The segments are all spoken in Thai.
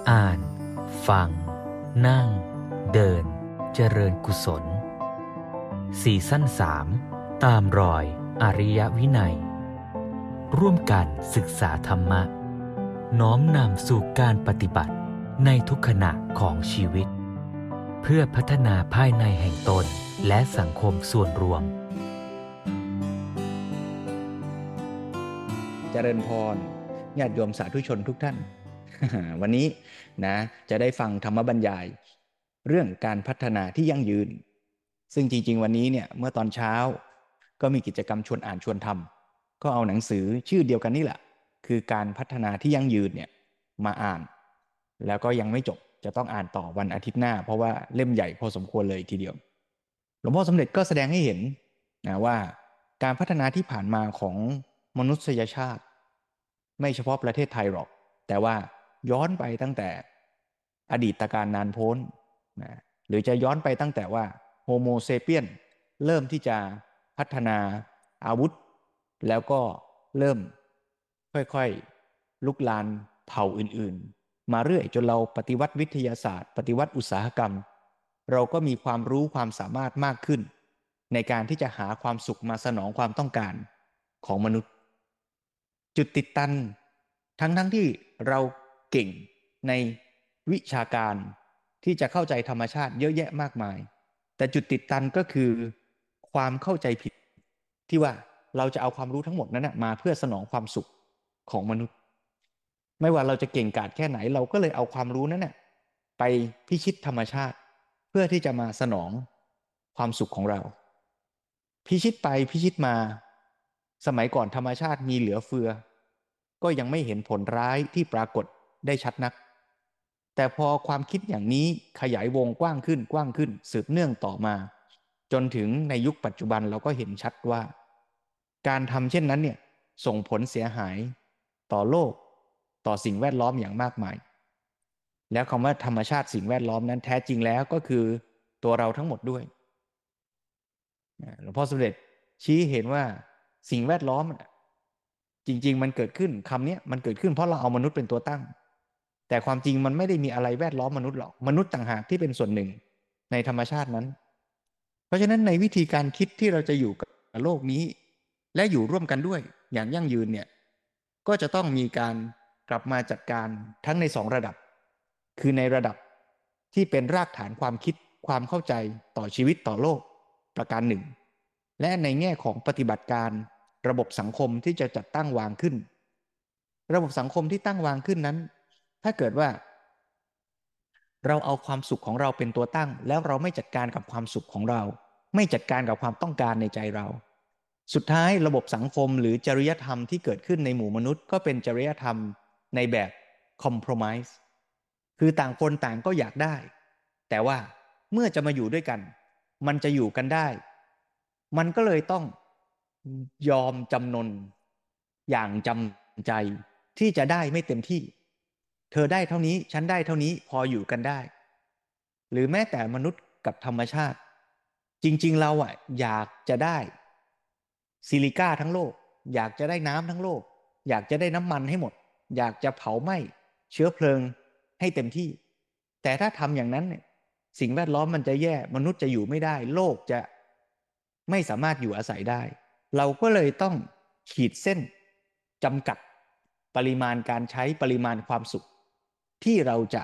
อ่านฟังนั่งเดินเจริญกุศลซีซั่น3ตามรอยอริยวินัยร่วมกันศึกษาธรรมะน้อมนำสู่การปฏิบัติในทุกขณะของชีวิตเพื่อพัฒนาภายในแห่งตนและสังคมส่วนรวมเจริญพรญาติโยมสาธุชนทุกท่าน วันนี้นะจะได้ฟังธรรมบรรยายเรื่องการพัฒนาที่ยั่งยืนซึ่งจริงๆวันนี้เนี่ยเมื่อตอนเช้าก็มีกิจกรรมชวนอ่านชวนทำก็เอาหนังสือชื่อเดียวกันนี่แหละคือการพัฒนาที่ยั่งยืนเนี่ยมาอ่านแล้วก็ยังไม่จบจะต้องอ่านต่อวันอาทิตย์หน้าเพราะว่าเล่มใหญ่พอสมควรเลยทีเดียวหลวงพ่อสมเด็จก็แสดงให้เห็นนะว่าการพัฒนาที่ผ่านมาของมนุษยชาติไม่เฉพาะประเทศไทยหรอกแต่ว่าย้อนไปตั้งแต่อดีตการนานโพ้นนะหรือจะย้อนไปตั้งแต่ว่าโฮโมเซเปียนเริ่มที่จะพัฒนาอาวุธแล้วก็เริ่มค่อยๆลุกลานเผ่าอื่นๆมาเรื่อยจนเราปฏิวัติวิทยาศาสตร์ปฏิวัติอุตสาหกรรมเราก็มีความรู้ความสามารถมากขึ้นในการที่จะหาความสุขมาสนองความต้องการของมนุษย์จุดติดตันทั้งที่เราเก่งในวิชาการที่จะเข้าใจธรรมชาติเยอะแยะมากมายแต่จุดติดตันก็คือความเข้าใจผิดที่ว่าเราจะเอาความรู้ทั้งหมดนั้นนะมาเพื่อสนองความสุขของมนุษย์ไม่ว่าเราจะเก่งกาจแค่ไหนเราก็เลยเอาความรู้นั้นนะไปพิชิตธรรมชาติเพื่อที่จะมาสนองความสุขของเราพิชิตไปพิชิตมาสมัยก่อนธรรมชาติมีเหลือเฟือก็ยังไม่เห็นผลร้ายที่ปรากฏได้ชัดนักแต่พอความคิดอย่างนี้ขยายวงกว้างขึ้นกว้างขึ้นสืบเนื่องต่อมาจนถึงในยุคปัจจุบันเราก็เห็นชัดว่าการทำเช่นนั้นเนี่ยส่งผลเสียหายต่อโลกต่อสิ่งแวดล้อมอย่างมากมายแล้วคำว่าธรรมชาติสิ่งแวดล้อมนั้นแท้จริงแล้วก็คือตัวเราทั้งหมดด้วยหลวงพ่อสมเด็จชี้เห็นว่าสิ่งแวดล้อมจริงๆมันเกิดขึ้นคำนี้มันเกิดขึ้นเพราะเราเอามนุษย์เป็นตัวตั้งแต่ความจริงมันไม่ได้มีอะไรแวดล้อมมนุษย์หรอกมนุษย์ต่างหากที่เป็นส่วนหนึ่งในธรรมชาตินั้นเพราะฉะนั้นในวิธีการคิดที่เราจะอยู่กับโลกนี้และอยู่ร่วมกันด้วยอย่างยั่งยืนเนี่ยก็จะต้องมีการกลับมาจัดการทั้งใน2ระดับคือในระดับที่เป็นรากฐานความคิดความเข้าใจต่อชีวิตต่อโลกประการหนึ่งและในแง่ของปฏิบัติการระบบสังคมที่จะจัดตั้งวางขึ้นระบบสังคมที่ตั้งวางขึ้นนั้นถ้าเกิดว่าเราเอาความสุขของเราเป็นตัวตั้งแล้วเราไม่จัดการกับความสุขของเราไม่จัดการกับความต้องการในใจเราสุดท้ายระบบสังคมหรือจริยธรรมที่เกิดขึ้นในหมู่มนุษย์ก็เป็นจริยธรรมในแบบ compromise คือต่างคนต่างก็อยากได้แต่ว่าเมื่อจะมาอยู่ด้วยกันมันจะอยู่กันได้มันก็เลยต้องยอมจำนนอย่างจำใจที่จะได้ไม่เต็มที่เธอได้เท่านี้ฉันได้เท่านี้พออยู่กันได้หรือแม้แต่มนุษย์กับธรรมชาติจริงๆเราอยากจะได้ซิลิก้าทั้งโลกอยากจะได้น้ำทั้งโลกอยากจะได้น้ำมันให้หมดอยากจะเผาไหม้เชื้อเพลิงให้เต็มที่แต่ถ้าทำอย่างนั้นเนี่ยสิ่งแวดล้อมมันจะแย่มนุษย์จะอยู่ไม่ได้โลกจะไม่สามารถอยู่อาศัยได้เราก็เลยต้องขีดเส้นจำกัดปริมาณการใช้ปริมาณความสุขที่เราจะ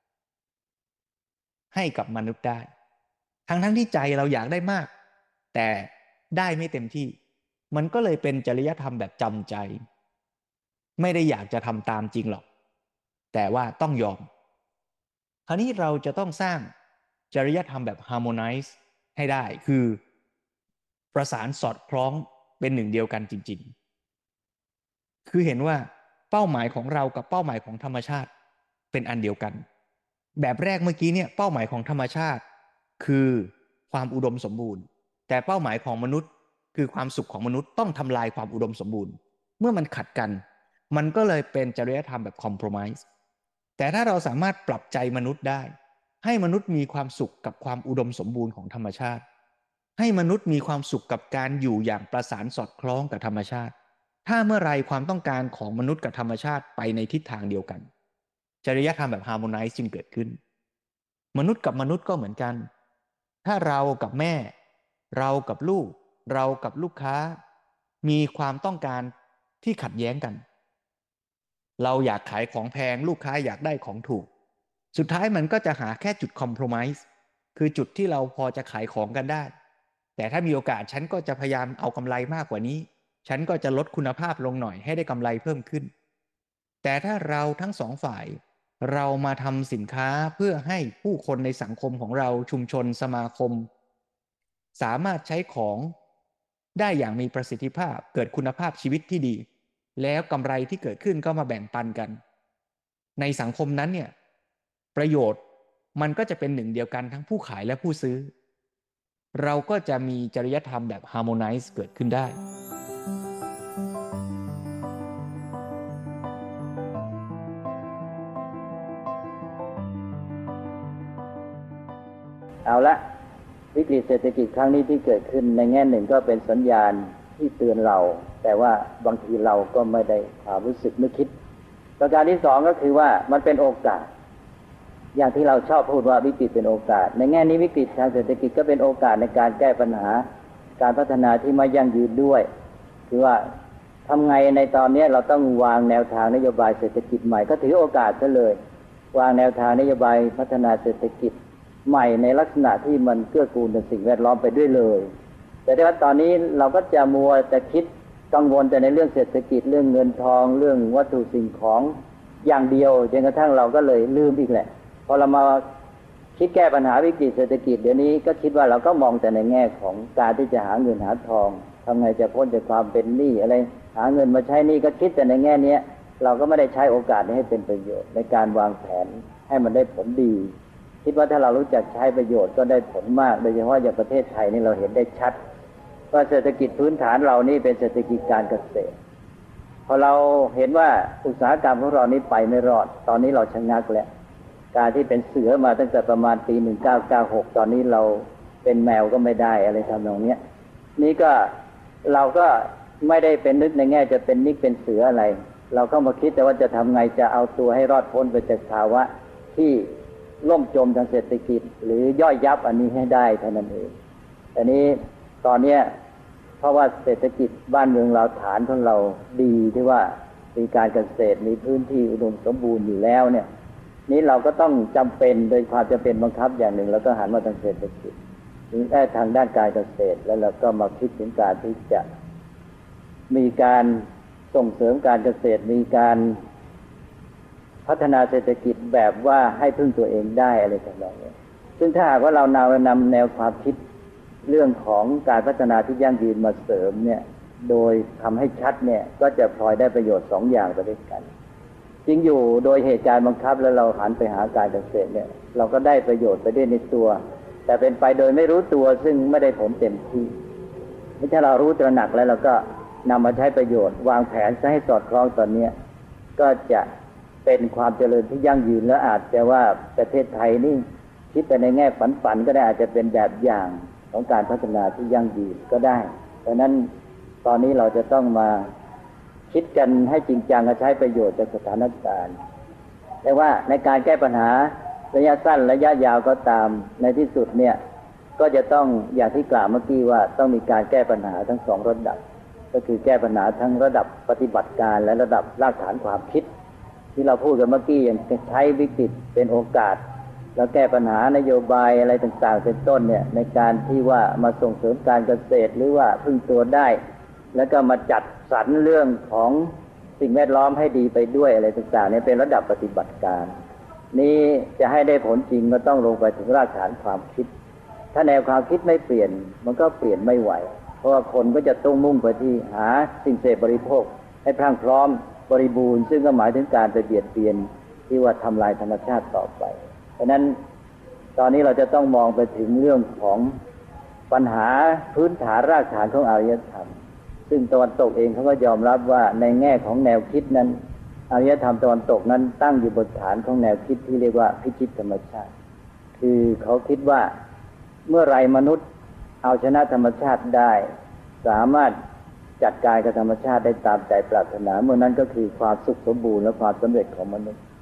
ให้กับมนุษย์ได้ทั้งที่ใจเราอยากได้มากแต่ได้ไม่เต็มที่มันก็เลยเป็นจริยธรรมแบบจำใจไม่ได้อยากจะทำตามจริงหรอกแต่ว่าต้องยอมคราวนี้เราจะต้องสร้างจริยธรรมแบบ harmonize ให้ได้คือประสานสอดคล้องเป็นหนึ่งเดียวกันจริงๆคือเห็นว่าเป้าหมายของเรากับเป้าหมายของธรรมชาติเป็นอันเดียวกันแบบแรกเมื่อกี้เนี่ยเป้าหมายของธรรมชาติคือความอุดมสมบูรณ์แต่เป้าหมายของมนุษย์คือความสุขของมนุษย์ต้องทำลายความอุดมสมบูรณ์เมื่อมันขัดกันมันก็เลยเป็นจริยธรรมแบบคอมโพรไมซ์แต่ถ้าเราสามารถปรับใจมนุษย์ได้ให้มนุษย์มีความสุขกับความอุดมสมบูรณ์ของธรรมชาติให้มนุษย์มีความสุขกับการอยู่อย่างประสานสอดคล้องกับธรรมชาติถ้าเมื่อไรความต้องการของมนุษย์กับธรรมชาติไปในทิศทางเดียวกันจริยธรรมแบบฮาร์โมไนซ์จึงเกิดขึ้นมนุษย์กับมนุษย์ก็เหมือนกันถ้าเรากับแม่เรากับลูกเรากับลูกค้ามีความต้องการที่ขัดแย้งกันเราอยากขายของแพงลูกค้าอยากได้ของถูกสุดท้ายมันก็จะหาแค่จุดคอมโพรไมซ์คือจุดที่เราพอจะขายของกันได้แต่ถ้ามีโอกาสฉันก็จะพยายามเอากำไรมากกว่านี้ฉันก็จะลดคุณภาพลงหน่อยให้ได้กำไรเพิ่มขึ้นแต่ถ้าเราทั้งสองฝ่ายเรามาทำสินค้าเพื่อให้ผู้คนในสังคมของเราชุมชนสมาคมสามารถใช้ของได้อย่างมีประสิทธิภาพเกิดคุณภาพชีวิตที่ดีแล้วกำไรที่เกิดขึ้นก็มาแบ่งปันกันในสังคมนั้นเนี่ยประโยชน์มันก็จะเป็นหนึ่งเดียวกันทั้งผู้ขายและผู้ซื้อเราก็จะมีจริยธรรมแบบฮาร์โมไนซ์เกิดขึ้นได้เอาละวิกฤตเศรษฐกิจครั้งนี้ที่เกิดขึ้นในแง่หนึ่งก็เป็นสัญญาณที่เตือนเราแต่ว่าบางทีเราก็ไม่ได้ความรู้สึกนึกคิดประการที่สองก็คือว่ามันเป็นโอกาสอย่างที่เราชอบพูดว่าวิกฤตเป็นโอกาสในแง่นี้วิกฤตทางเศรษฐกิจก็เป็นโอกาสในการแก้ปัญหาการพัฒนาที่ไม่ยั่งยืนด้วยคือว่าทำไงในตอนนี้เราต้องวางแนวทางนโยบายเศรษฐกิจใหม่ก็ถือโอกาสซะเลยวางแนวทางนโยบายพัฒนาเศรษฐกิจใหม่ในลักษณะที่มันเกื้อกูลต่อสิ่งแวดล้อมไปด้วยเลยแต่ว่าตอนนี้เราก็จะมัวแต่คิดกังวลแต่ในเรื่องเศรษฐกิจเรื่องเงินทองเรื่องวัตถุสิ่งของอย่างเดียวจนกระทั่งเราก็เลยลืมอีกแหละพอเรามาคิดแก้ปัญหาวิกฤตเศรษฐกิจเดี๋ยวนี้ก็คิดว่าเราก็มองแต่ในแง่ของการที่จะหาเงินหาทองทำไงจะพ้นจากความเป็นหนี้อะไรหาเงินมาใช้หนี้ก็คิดแต่ในแง่นี้เราก็ไม่ได้ใช้โอกาสนี้ให้เป็นประโยชน์ในการวางแผนให้มันได้ผลดีคิดว่าถ้าเรารู้จักใช้ประโยชน์ก็ได้ผลมากโดยเฉพาะอย่างประเทศไทยนี่เราเห็นได้ชัดว่าเศรษฐกิจพื้นฐานเรานี่เป็นเศรษฐกิจการเกษตรพอเราเห็นว่าอุตสาหกรรมของเรานี้ไปไม่รอดตอนนี้เราชะงักแล้วการที่เป็นเสือมาตั้งแต่ประมาณปี1996ตอนนี้เราเป็นแมวก็ไม่ได้อะไรทำนองนี้นี่ก็เราก็ไม่ได้เป็นนึกในแง่จะเป็นนิกเป็นเสืออะไรเราก็มาคิดแต่ว่าจะทำไงจะเอาตัวให้รอดพ้นไปจากภาวะที่ล่มจมทางเศรษฐกิจหรือย่อยยับอันนี้ให้ได้เท่านั้นเองอันนี้ตอนนี้เพราะว่าเศรษฐกิจบ้านเมืองเราฐานของเราดีที่ว่ามีการเกษตรมีพื้นที่อุดมสมบูรณ์อยู่แล้วเนี่ยนี้เราก็ต้องจำเป็นโดยความจำเป็นบังคับอย่างหนึ่งแล้วก็หันมาทางเศรษฐกิจถึงได้ทางด้านการเกษตรแล้วเราก็มาคิดถึงการที่จะมีการส่งเสริมการเกษตรมีการพัฒนาเศรษฐกิจแบบว่าให้พึ่งตัวเองได้อะไรต่างๆเนี่ยซึ่งถ้าหากว่าเรานำแนวความคิดเรื่องของการพัฒนาที่ยั่งยืนมาเสริมเนี่ยโดยทำให้ชัดเนี่ยก็จะพลอยได้ประโยชน์2อย่างไปด้วยกันจริงอยู่โดยเหตุการณ์บังคับแล้วเราหันไปหาการเกษตรเนี่ยเราก็ได้ประโยชน์ไปด้วยในตัวแต่เป็นไปโดยไม่รู้ตัวซึ่งไม่ได้ผลเต็มที่ถ้าเรารู้ตระหนักแล้วเราก็นำมาใช้ประโยชน์วางแผนให้สอดคล้องตอนนี้ก็จะเป็นความเจริญที่ยั่งยืนและอาจจะว่าประเทศไทยนี่คิดไปในแง่ฝันก็ได้อาจจะเป็นแบบอย่างของการพัฒนาที่ยั่งยืนก็ได้ดังนั้นตอนนี้เราจะต้องมาคิดกันให้จริงจังและใช้ประโยชน์จากสถานการณ์แต่ว่าในการแก้ปัญหาระยะสั้นระยะยาวก็ตามในที่สุดเนี่ยก็จะต้องอย่างที่กล่าวเมื่อกี้ว่าต้องมีการแก้ปัญหาทั้งสองระดับก็คือแก้ปัญหาทั้งระดับปฏิบัติการและระดับรากฐานความคิดที่เราพูดกันเมื่อกี้อย่างใช้วิกฤตเป็นโอกาสแล้วแก้ปัญหานโยบายอะไรต่างๆเป็นต้นเนี่ยในการที่ว่ามาส่งเสริมการเกษตรหรือว่าพึ่งตัวได้แล้วก็มาจัดสรรเรื่องของสิ่งแวดล้อมให้ดีไปด้วยอะไรต่างๆเนี่ยเป็นระดับปฏิบัติการนี้จะให้ได้ผลจริงก็ต้องลงไปถึงรากฐานความคิดถ้าแนวความคิดไม่เปลี่ยนมันก็เปลี่ยนไม่ไหวเพราะว่าคนก็จะต้องมุ่งไปที่หาสิ่งเสพบริโภคให้พรั่งพร้อมบริบูรณ์ซึ่งก็หมายถึงการไปเบียดเบียนที่ว่าทำลายธรรมชาติต่อไปเพราะนั้นตอนนี้เราจะต้องมองไปถึงเรื่องของปัญหาพื้นฐานรากฐานของอารยธรรมซึ่งตะวันตกเองเขาก็ยอมรับว่าในแง่ของแนวคิดนั้นอารยธรรมตะวันตกนั้นตั้งอยู่บนฐานของแนวคิดที่เรียกว่าพิชิตธรรมชาติคือเขาคิดว่าเมื่อไรมนุษย์เอาชนะธรรมชาติได้สามารถจัดการกับธรรมชาติได้ตามใจปรารถนาเมื่อนั้นก็คือความสุขสมบูรณ์และความสำเร็จของมนุษย์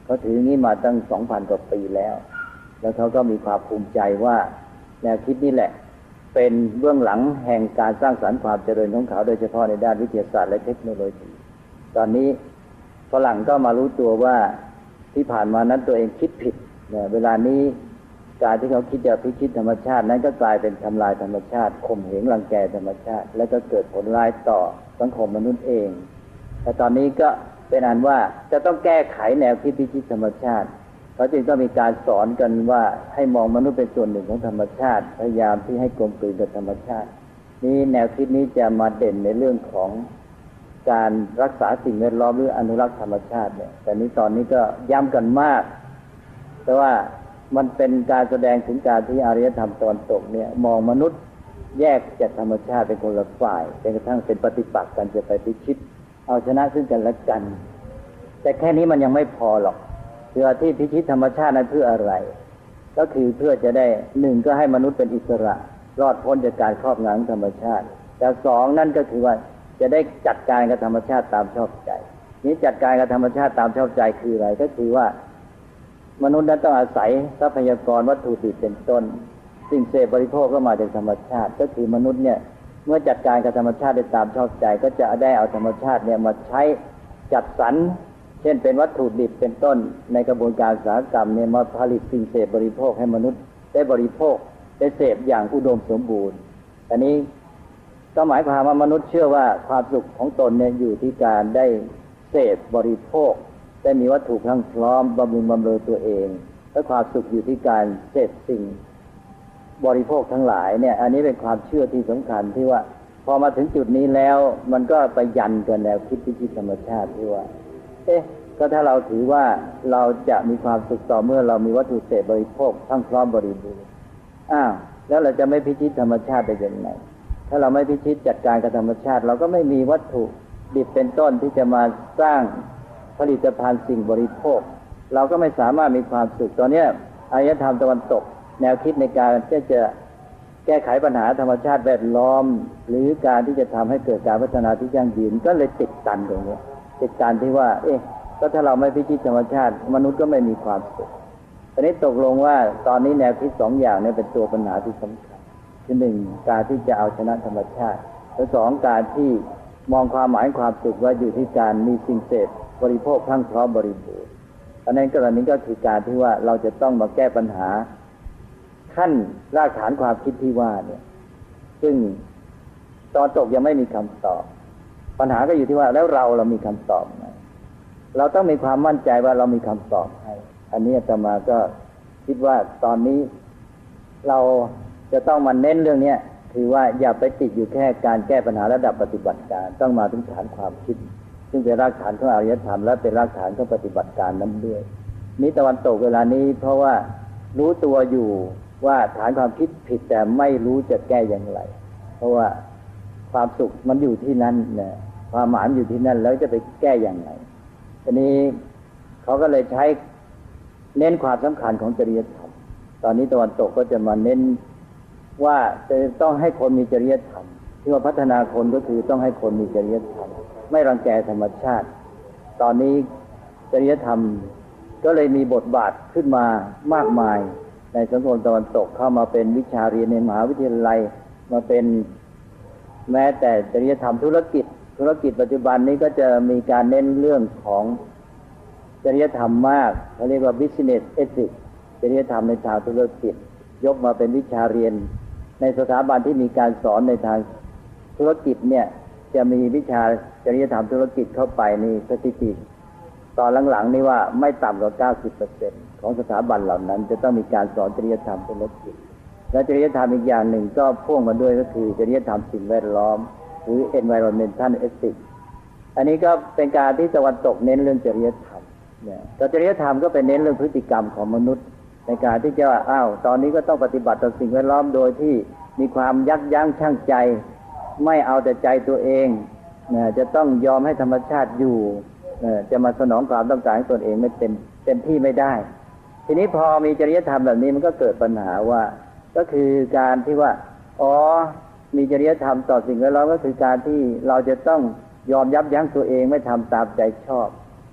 เขาถืองี้มาตั้ง 2,000 กว่าปีแล้วแล้วเขาก็มีความภูมิใจว่าแนวคิดนี้แหละเป็นเบื้องหลังแห่งการสร้างสรรค์ความเจริญของเขาโดยเฉพาะในด้านวิทยาศาสตร์และเทคโนโลยีตอนนี้ฝรั่งก็มารู้ตัวว่าที่ผ่านมานั้นตัวเองคิดผิดเวลานี้การที่เขาคิดจะพิชิตธรรมชาตินั้นก็กลายเป็นทำลายธรรมชาติข่มเหงรังแกธรรมชาติและก็เกิดผลร้ายต่อสังคมมนุษย์เองแต่ตอนนี้ก็เป็นอันว่าจะต้องแก้ไขแนวคิดพิชิตธรรมชาติเขาจึงต้องมีการสอนกันว่าให้มองมนุษย์เป็นส่วนหนึ่งของธรรมชาติพยายามที่ให้กลมกลืนกับธรรมชาตินี้แนวคิดนี้จะมาเด่นในเรื่องของการรักษาสิ่งแวดล้อมหรืออนุรักษ์ธรรมชาติเนี่ยแต่นี้ตอนนี้ก็ย้ำกันมากแต่ว่ามันเป็นการแสดงถึงการที่อารยธรรมตะวันตกเนี่ยมองมนุษย์แยกจากธรรมชาติเป็นคนละฝ่ายจนกระทั่งเป็นปฏิปักษ์กันจะไปพิชิตเอาชนะซึ่งกันและกันแต่แค่นี้มันยังไม่พอหรอกเพื่อที่พิชิตธรรมชาตินั้นเพื่ออะไรก็คือเพื่อจะได้หนึ่งก็ให้มนุษย์เป็นอิสระรอดพ้นจากการครอบงำธรรมชาติแต่สองนั่นก็คือว่าจะได้จัดการกับธรรมชาติตามชอบใจนี้จัดการกับธรรมชาติตามชอบใจคืออะไรก็คือว่ามนุษย์นั้นต้องอาศัยทรัพยากรวัตถุดิบเป็นต้นสิ่งเสพบริโภคก็มาจากธรรมชาติก็คือมนุษย์เนี่ยเมื่อจัดการกับธรรมชาติได้ตามชอบใจก็จะได้เอาธรรมชาติเนี่ยมาใช้จัดสรรเช่นเป็นวัตถุดิบเป็นต้นในกระบวนการอุตสาหกรรมเนี่ยมาผลิตสิ่งเสพบริโภคให้มนุษย์ได้บริโภคได้เสพอย่างอุดมสมบูรณ์อันนี้ก็หมายความว่ามนุษย์เชื่อว่าความสุขของตนเนี่ยอยู่ที่การได้เสพบริโภคได้มีวัตถุพรั่งพร้อมบำรุงบำเรอตัวเองและความสุขอยู่ที่การเสพสิ่งบริโภคทั้งหลายเนี่ยอันนี้เป็นความเชื่อที่สำคัญที่ว่าพอมาถึงจุดนี้แล้วมันก็ไปยันกันแนวคิดพิชิตธรรมชาติที่ว่าก็ถ้าเราถือว่าเราจะมีความสุขต่อเมื่อเรามีวัตถุเสพบริโภคทั้งพร้อมบริบูรณ์แล้วเราจะไม่พิชิตธรรมชาติได้ยังไงถ้าเราไม่พิชิตจัดการกับธรรมชาติเราก็ไม่มีวัตถุดิบเป็นต้นที่จะมาสร้างผลิตภัณฑ์สิ่งบริโภคเราก็ไม่สามารถมีความสุขตอนนี้อารยธรรมตะวันตกแนวคิดในการที่จะแก้ไขปัญหาธรรมชาติแวดล้อมหรือการที่จะทำให้เกิดการพัฒนาที่ยั่งยืนก็เลยติดตันตรงนี้ติดตันที่ว่าก็ถ้าเราไม่พิชิตธรรมชาติมนุษย์ก็ไม่มีความสุขตอนนี้ตกลงว่าตอนนี้แนวคิดสองอย่างนี้เป็นตัวปัญหาที่สำคัญคือหนึ่งการที่จะเอาชนะธรรมชาติและสองการที่มองความหมายความสุขว่าอยู่ที่การมีสิ่งเสพบริโภคทั้งพร้อมบริบูรณ์อันนั้นกรณีก็คือการที่ว่าเราจะต้องมาแก้ปัญหาขั้นรากฐานความคิดที่ว่าเนี่ยซึ่งตอนตกยังไม่มีคำตอบปัญหาก็อยู่ที่ว่าแล้วเรามีคำตอบไหมเราต้องมีความมั่นใจว่าเรามีคำตอบให้อันนี้อาตมาก็คิดว่าตอนนี้เราจะต้องมาเน้นเรื่องนี้คือว่าอย่าไปติดอยู่แค่การแก้ปัญหาระดับปฏิบัติการต้องมาถึงฐานความคิดซึ่งเป็นรากฐานของอารยธรรมและเป็นรากฐานของปฏิบัติการนั้นด้วยนี้ตะวันตกเวลานี้เพราะว่ารู้ตัวอยู่ว่าฐานความคิดผิดแต่ไม่รู้จะแก้อย่างไรเพราะว่าความสุขมันอยู่ที่นั่นนะความหมายอยู่ที่นั่นแล้วจะไปแก้อย่างไรทีนี้เขาก็เลยใช้เน้นความสำคัญของจริยธรรมตอนนี้ตะวันตกก็จะมาเน้นว่าจะต้องให้คนมีจริยธรรมที่ว่าพัฒนาคนก็คือต้องให้คนมีจริยธรรมไม่รังแกธรรมชาติตอนนี้จริยธรรมก็เลยมีบทบาทขึ้นมามากมายในสังคมตะวันตกเข้ามาเป็นวิชาเรียนในมหาวิทยาลัยมาเป็นแม้แต่จริยธรรมธุรกิจปัจจุบันนี้ก็จะมีการเน้นเรื่องของจริยธรรมมากเขาเรียกว่า business ethics จริยธรรมในทางธุรกิจยกมาเป็นวิชาเรียนในสถาบันที่มีการสอนในทางธุรกิจเนี่ยจะมีวิชาจริยธรรมธุรกิจเข้าไปในสถิติตอนหลังๆนี่ว่าไม่ต่ำกว่า 90% ของสถาบันเหล่านั้นจะต้องมีการสอนจริยธรรมธุรกิจและจริยธรรมอีกอย่างหนึ่งก็พ่วงมาด้วยก็คือจริยธรรมสิ่งแวดล้อมหรือ environmental ethics อันนี้ก็เป็นการที่ตะวันตกเน้นเรื่องจริยธรรมเนี่ยแต่จริยธรรมก็เป็นเน้นเรื่องพฤติกรรมของมนุษย์ในการที่จะว่าตอนนี้ก็ต้องปฏิบัติต่อสิ่งแวดล้อมโดยที่มีความยับยั้งชั่งใจไม่เอาแต่ใจตัวเองจะต้องยอมให้ธรรมชาติอยู่จะมาสนองความต้องการของตนเองไม่เต็มที่ไม่ได้ทีนี้พอมีจริยธรรมแบบนี้มันก็เกิดปัญหาว่าก็คือการที่ว่ามีจริยธรรมต่อสิ่งแวดล้อมก็คือการที่เราจะต้องยอมยับยั้งตัวเองไม่ทำตามใจชอบ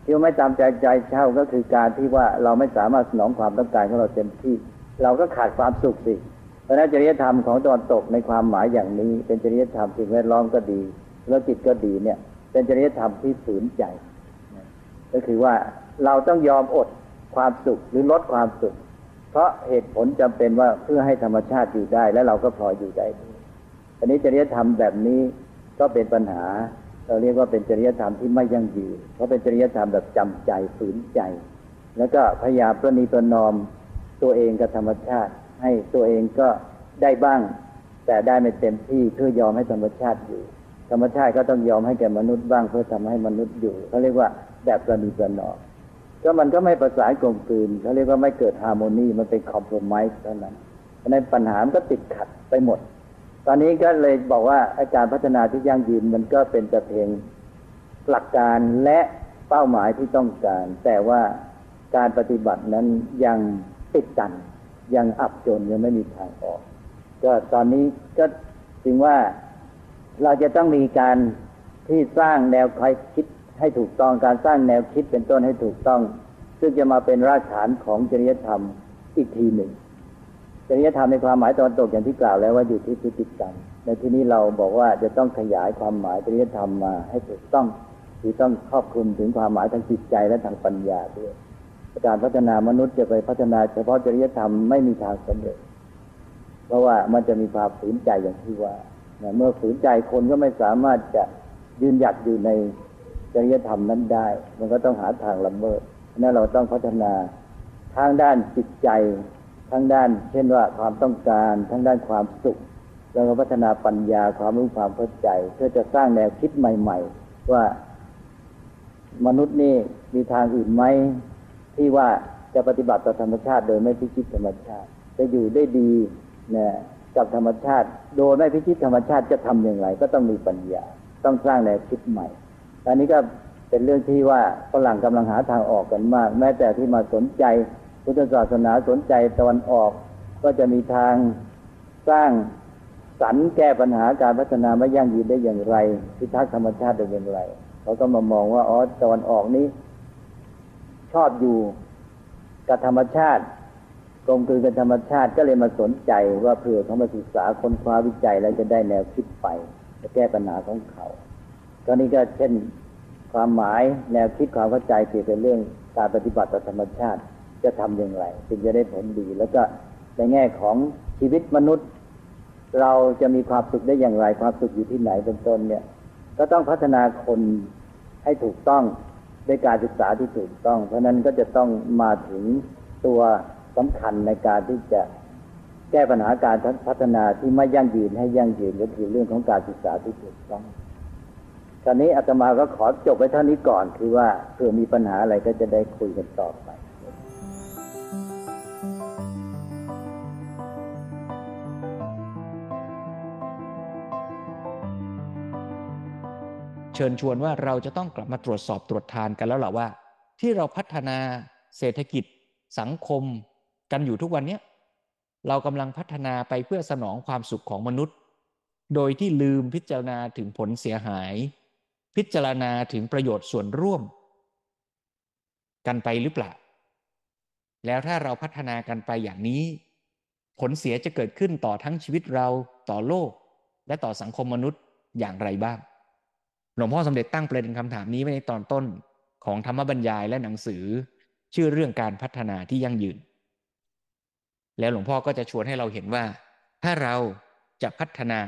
ที่ไม่ตามใจเช่าก็คือการที่ว่าเราไม่สามารถสนองความต้องการของเราเต็มที่เราก็ขาดความสุขสิเพราะฉะนั้นจริยธรรมของตะวันตกในความหมายอย่างนี้เป็นจริยธรรมสิ่งแวดล้อมก็ดีธุรกิจก็ดีเนี่ยเป็นจริยธรรมที่ฝืนใจก็คือว่าเราต้องยอมอดความสุขหรือลดความสุขเพราะเหตุผลจำเป็นว่าเพื่อให้ธรรมชาติอยู่ได้และเราก็พลอยอยู่ได้อันนี้จริยธรรมแบบนี้ก็เป็นปัญหาเราเรียกว่าเป็นจริยธรรมที่ไม่ยั่งยืนเพราะเป็นจริยธรรมแบบจำใจฝืนใจแล้วก็พยายามประนีประนอมตัวเองกับธรรมชาติให้ตัวเองก็ได้บ้างแต่ได้ไม่เต็มที่เพื่อยอมให้ธรรมชาติอยู่ธรรมชาติก็ต้องยอมให้แก่มนุษย์บ้างเพื่อทำให้มนุษย์อยู่เขาเรียกว่าแบบประนีประนอมก็มันก็ไม่ประสานกลมกลืนเขาเรียกว่าไม่เกิดฮาร์โมนีมันเป็นคอมโพรไมซ์เท่านั้นเพราะนั้นปัญหามันก็ติดขัดไปหมดตอนนี้ก็เลยบอกว่าการพัฒนาที่ยั่งยืนมันก็เป็นแต่เพียงหลักการและเป้าหมายที่ต้องการแต่ว่าการปฏิบัตินั้นยังติดตันยังอับจนยังไม่มีทางออกก็ตอนนี้ก็จึงว่าเราจะต้องมีการที่สร้างแนวคิดให้ถูกต้องการสร้างแนวคิดเป็นต้นให้ถูกต้องซึ่งจะมาเป็นรากฐานของจริยธรรมอีกทีหนึ่งจริยธรรมในความหมายตะวันตกอย่างที่กล่าวแล้วว่าอยู่ที่พฤติกรรมในที่นี้เราบอกว่าจะต้องขยายความหมายจริยธรรมมาให้ถูกต้องที่ต้องครอบคลุมถึงความหมายทางจิตใจและทางปัญญาด้วยการพัฒนามนุษย์จะไปพัฒนาเฉพาะจริยธรรมไม่มีทางสำเร็จเพราะว่ามันจะมีความฝืนใจอย่างที่ว่าเมื่อฝืนใจคนก็ไม่สามารถจะยืนหยัดอยู่ในจริยธรรมนั้นได้มันก็ต้องหาทางละเมิดนั่นเราต้องพัฒนาทางด้านจิตใจทั้งด้านเช่นว่าความต้องการทั้งด้านความสุขแล้วก็พัฒนาปัญญาความรู้ความเข้าใจเพื่อจะสร้างแนวคิดใหม่ๆว่ามนุษย์นี่มีทางอื่นไหมที่ว่าจะปฏิบัติต่อธรรมชาติโดยไม่พิชิตธรรมชาติจะอยู่ได้ดีเนี่ยกับธรรมชาติโดยไม่พิชิตธรรมชาติจะทำอย่างไรก็ต้องมีปัญญาต้องสร้างแนวคิดใหม่อันนี้ก็เป็นเรื่องที่ว่าฝรั่งกำลังหาทางออกกันมากแม้แต่ที่มาสนใจพุทธศาสนาสนใจตะวันออกก็จะมีทางสร้างสรรค์แก้ปัญหาการพัฒนาไม่ยั่งยืนได้อย่างไรพิทักษ์ธรรมชาติได้อย่างไรเขาก็มามองว่าตะวันออกนี้ชอบอยู่กับธรรมชาติกลมกลืนกับธรรมชาติก็เลยมาสนใจว่าเผื่อเขามาศึกษาค้นคว้าวิจัยแล้วจะได้แนวคิดไปจะแก้ปัญหาของเขาตอนนี้ก็เช่นความหมายแนวคิดความเข้าใจเกี่ยวกับเรื่องการปฏิบัติต่อธรรมชาติจะทำอย่างไรจึงจะได้ผลดีแล้วก็ในแง่ของชีวิตมนุษย์เราจะมีความสุขได้อย่างไรความสุขอยู่ที่ไหนเป็นต้นเนี่ยก็ต้องพัฒนาคนให้ถูกต้องด้วยการศึกษาที่ถูกต้องเพราะนั้นก็จะต้องมาถึงตัวสำคัญในการที่จะแก้ปัญหาการพัฒนาที่ไม่ยั่งยืนให้ยั่งยืนก็คือเรื่องของการศึกษาที่ถูกต้องตอนนี้อาตมาก็ขอจบไว้เท่านี้ก่อนคือว่าเผื่อมีปัญหาอะไรก็จะได้คุยกันต่อไปเชิญชวนว่าเราจะต้องกลับมาตรวจสอบตรวจทานกันแล้วล่ะว่าที่เราพัฒนาเศรษฐกิจสังคมกันอยู่ทุกวันนี้เรากำลังพัฒนาไปเพื่อสนองความสุขของมนุษย์โดยที่ลืมพิจารณาถึงผลเสียหายพิจารณาถึงประโยชน์ส่วนร่วมกันไปหรือเปล่าแล้วถ้าเราพัฒนากันไปอย่างนี้ผลเสียจะเกิดขึ้นต่อทั้งชีวิตเราต่อโลกและต่อสังคมมนุษย์อย่างไรบ้างหลวงพ่อสมเด็จตั้งประเด็นคำถามนี้ไว้ในตอนต้นของธรรมบรรยายและหนังสือชื่อเรื่องการพัฒนาที่ยั่งยืนแล้วหลวงพ่อก็จะชวนให้เราเห็นว่าถ้าเราจะพัฒนา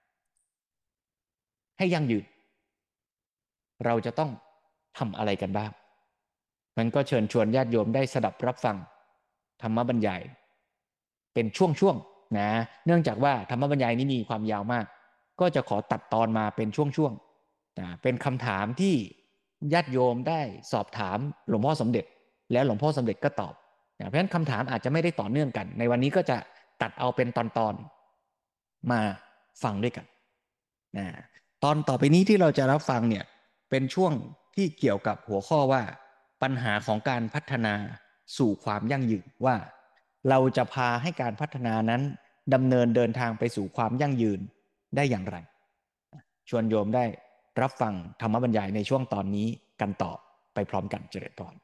ให้ยั่งยืนเราจะต้องทำอะไรกันบ้างมันก็เชิญชวนญาติโยมได้สดับรับฟังธรรมบรรยายเป็นช่วงๆนะเนื่องจากว่าธรรมบรรยายนี้มีความยาวมากก็จะขอตัดตอนมาเป็นช่วงๆนะเป็นคำถามที่ญาติโยมได้สอบถามหลวงพ่อสมเด็จแล้วหลวงพ่อสมเด็จก็ตอบนะเพราะฉะนั้นคำถามอาจจะไม่ได้ต่อเนื่องกันในวันนี้ก็จะตัดเอาเป็นตอนๆมาฟังด้วยกันนะตอนต่อไปนี้ที่เราจะรับฟังเนี่ยเป็นช่วงที่เกี่ยวกับหัวข้อว่าปัญหาของการพัฒนาสู่ความยั่งยืนว่าเราจะพาให้การพัฒนานั้นดำเนินเดินทางไปสู่ความยั่งยืนได้อย่างไรชวนโยมได้รับฟังธรรมบรรยายในช่วงตอนนี้กันต่อไปไปพร้อมกันเจริญพร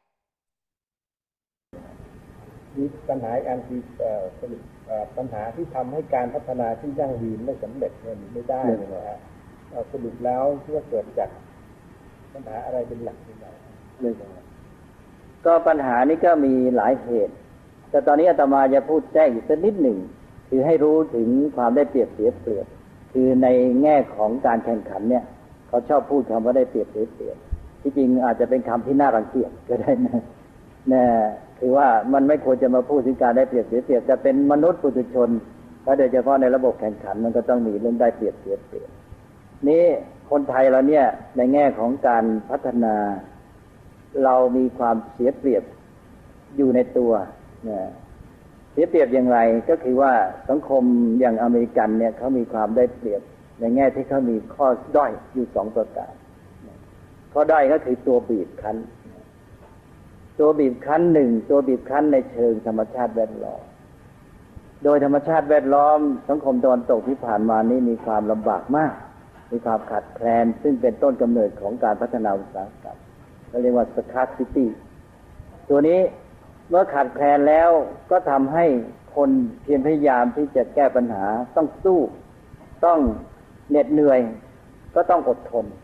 มีปัญหาอันที่สรุปปัญหาที่ทำให้การพัฒนาที่ยั่งยืนไม่สำเร็จเนี่ยไม่ได้เลยนะฮะสรุปแล้วที่ว่าเกิดจากปัญหาอะไรเป็นหลักที่ไหนก็ปัญหานี้ก็มีหลายเหตุแต่ตอนนี้อาตมาจะพูดแทรกอีกสักนิดหนึ่งคือให้รู้ถึงความได้เปรียบเสียเปรียบคือในแง่ของการแข่งขันเนี่ยเขาชอบพูดคำว่าได้เปรียบเสียเปรียบที่จริงอาจจะเป็นคำที่น่ารังเกียจก็ได้นะคือว่ามันไม่ควรจะมาพูดถึงการได้เปรียบเสียเปรียบจะเป็นมนุษย์ปุถุชนและโดยเฉพาะในระบบแข่งขันมันก็ต้องมีเรื่องได้เปรียบเสียเปรียบนี่คนไทยเราเนี่ยในแง่ของการพัฒนาเรามีความเสียเปรียบอยู่ในตัวนะเสียเปรียบอย่างไรก็คือว่าสังคมอย่างอเมริกันเนี่ยเขามีความได้เปรียบในแง่ที่เขามีข้อด้อยอยู่สองประการข้อด้อยก็คือตัวบีบคั้นตัวบีบคั้นหนึ่งตัวบีบคั้นในเชิงธรรมชาติแวดล้อมโดยธรรมชาติแวดล้อมสังคมตะวันตกที่ผ่านมานี้มีความลำบากมากมีความขาดแคลนซึ่งเป็นต้นกำเนิดของการพัฒนาอุตสาหกรรมเรียกว่า scarcity ตัวนี้เมื่อขาดแคลนแล้วก็ทำให้คนเพียรพยายามที่จะแก้ปัญหาต้องสู้ต้องเหน็ดเหนื่อยก็ต้องอดทน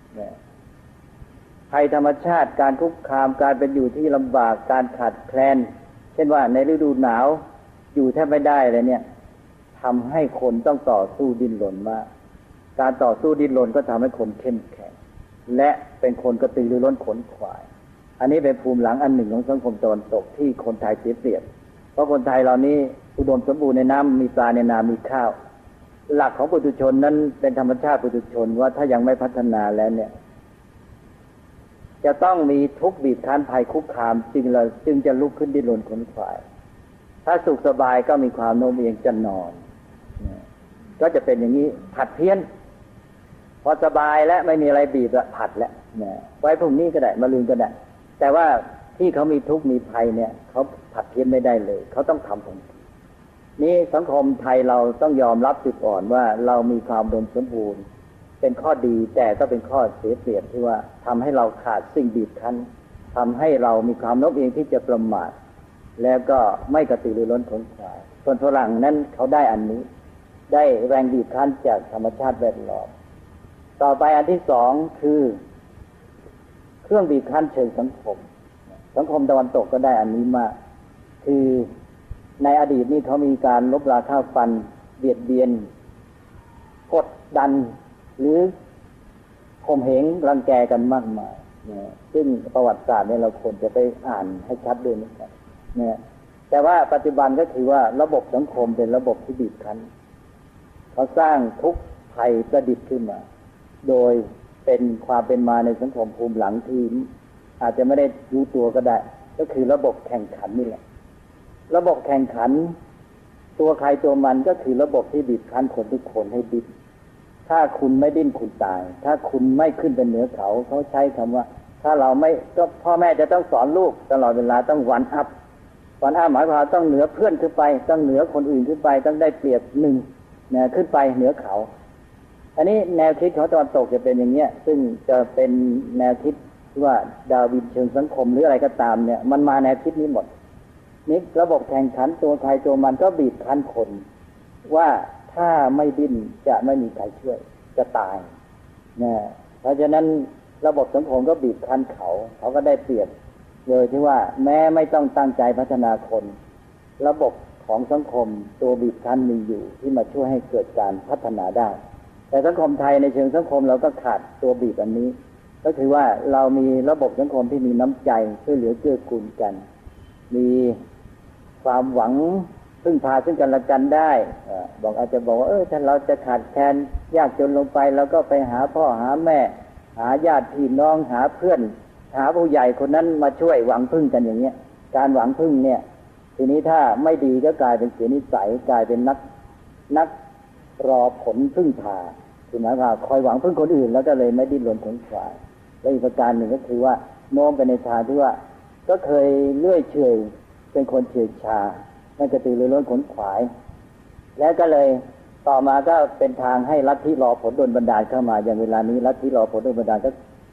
ภัยธรรมชาติการคุกคามการเป็นอยู่ที่ลำบากการขาดแคลนเช่นว่าในฤดูหนาวอยู่แทบไม่ได้เลยเนี่ยทำให้คนต้องต่อสู้ดิ้นรนมากการต่อสู้ดิ้นรนก็ทำให้คนเข้มแข็งและเป็นคนกระตือรือร้นขนขวายอันนี้เป็นภูมิหลังอันหนึ่งของสังคมตะวันตกที่คนไทยเสียเปรียบเพราะคนไทยเหล่านี้อุดมสมบูรณ์ในน้ำมีปลาในนามีข้าวหลักของปุถุชนนั้นเป็นธรรมชาติปุถุชนว่าถ้ายังไม่พัฒนาแล้วเนี่ยจะต้องมีทุกข์บีบคั้นภัยคุกคามจึงจะลุกขึ้นดิ้นรนขนขวายถ้าสุขสบายก็มีความโน้มเอียงจะนอนก็จะเป็นอย่างนี้ผัดเพี้ยนพอสบายแล้วไม่มีอะไรบีบละผัดแล้วไว้พรุ่งนี้ก็ได้มะรืนก็ได้แต่ว่าที่เขามีทุกข์มีภัยเนี่ยเขาผัดเพี้ยนไม่ได้เลยเขาต้องทำทันทีนี่สังคมไทยเราต้องยอมรับจุดอ่อนว่าเรามีความอุดมสมบูรณ์เป็นข้อดีแต่ก็เป็นข้อเสียเปรียบที่ว่าทำให้เราขาดสิ่งบีบคั้นทำให้เรามีความโน้มเอียงที่จะประมาทแล้วก็ไม่กระตือรือร้นขนขวายคนฝรั่งนั้นเขาได้อันนี้ได้แรงบีบคั้นจากธรรมชาติแวดล้อมต่อไปอันที่สองคือเครื่องบีบคั้นเชิงสังคมตะวันตกก็ได้อันนี้มากคือในอดีตนี่เขามีการลบราฆ่าฟันเบียดเบียนกดดันหรือข่มเหงรังแกกันมากมายซึ่งประวัติศาสตร์เนี่ยเราควรจะไปอ่านให้ชัดด้วยนะครับแต่ว่าปัจจุบันก็คือว่าระบบสังคมเป็นระบบที่บีบคั้นเขาสร้างทุกข์ภัยประดิษฐ์ขึ้นมาโดยเป็นความเป็นมาในสังคมภูมิหลังที่อาจจะไม่ได้รู้ตัวก็ได้ก็คือระบบแข่งขันนี่แหละระบบแข่งขันตัวใครตัวมันก็คือระบบที่บีบคั้นคนทุกคนให้ดิ้นถ้าคุณไม่ดิ้นคุณตายถ้าคุณไม่ขึ้นเป็นเหนือเขาใช้คำว่าถ้าเราไม่ก็พ่อแม่จะต้องสอนลูกตลอดเวลาต้องวันอัพหมายความต้องเหนือเพื่อนขึ้นไปต้องเหนือคนอื่นขึ้นไปต้องได้เปรียบหนึ่งขึ้นไปเหนือเขาอันนี้แนวคิดของตะวันตกจะเป็นอย่างเงี้ยซึ่งจะเป็นแนวคิดที่ว่าดาวินเชิงสังคมหรืออะไรก็ตามเนี่ยมันมาแนวคิดนี้หมดนี่ระบบแข่งขันตัวใครตัวมันก็บีบคั้นคนว่าถ้าไม่ดิ้นจะไม่มีใครช่วยจะตายเพราะฉะนั้นระบบสังคมก็บีบคั้นเขาก็ได้เปรียบเลยที่ว่าแม้ไม่ต้องตั้งใจพัฒนาคนระบบของสังคมตัวบีบคั้นมีอยู่ที่มาช่วยให้เกิดการพัฒนาได้แต่สังคมไทยในเชิงสังคมเราก็ขาดตัวบีบอันนี้ก็คือว่าเรามีระบบสังคมที่มีน้ำใจช่วยเหลือเกื้อกูลกันมีความหวังพึ่งพาซึ่งกันและกันได้อาจจะบอกว่าถ้าเราจะขาดแคลนยากจนลงไปเราก็ไปหาพ่อหาแม่หาญาติพี่น้องหาเพื่อนหาผู้ใหญ่คนนั้นมาช่วยหวังพึ่งกันอย่างเงี้ยการหวังพึ่งเนี่ยทีนี้ถ้าไม่ดีก็กลายเป็นเสียนิสัยกลายเป็นนักรอผลพึ่งพาคือหมายความคอยหวังพึ่งคนอื่นแล้วก็เลยไม่ดิ้นรนขนขวายและอีกประการหนึ่งก็คือว่าโน้มไปในทางที่ว่าก็เคยเลื่อยเฉยเป็นคนเฉยชาไม่กระตือรือร้นขนขวายแล้วก็เลยต่อมาก็เป็นทางให้ลัทธิรอผลโดนบันดาลเข้ามาอย่างเวลานี้ลัทธิรอผลโดนบันดาลก็เข้า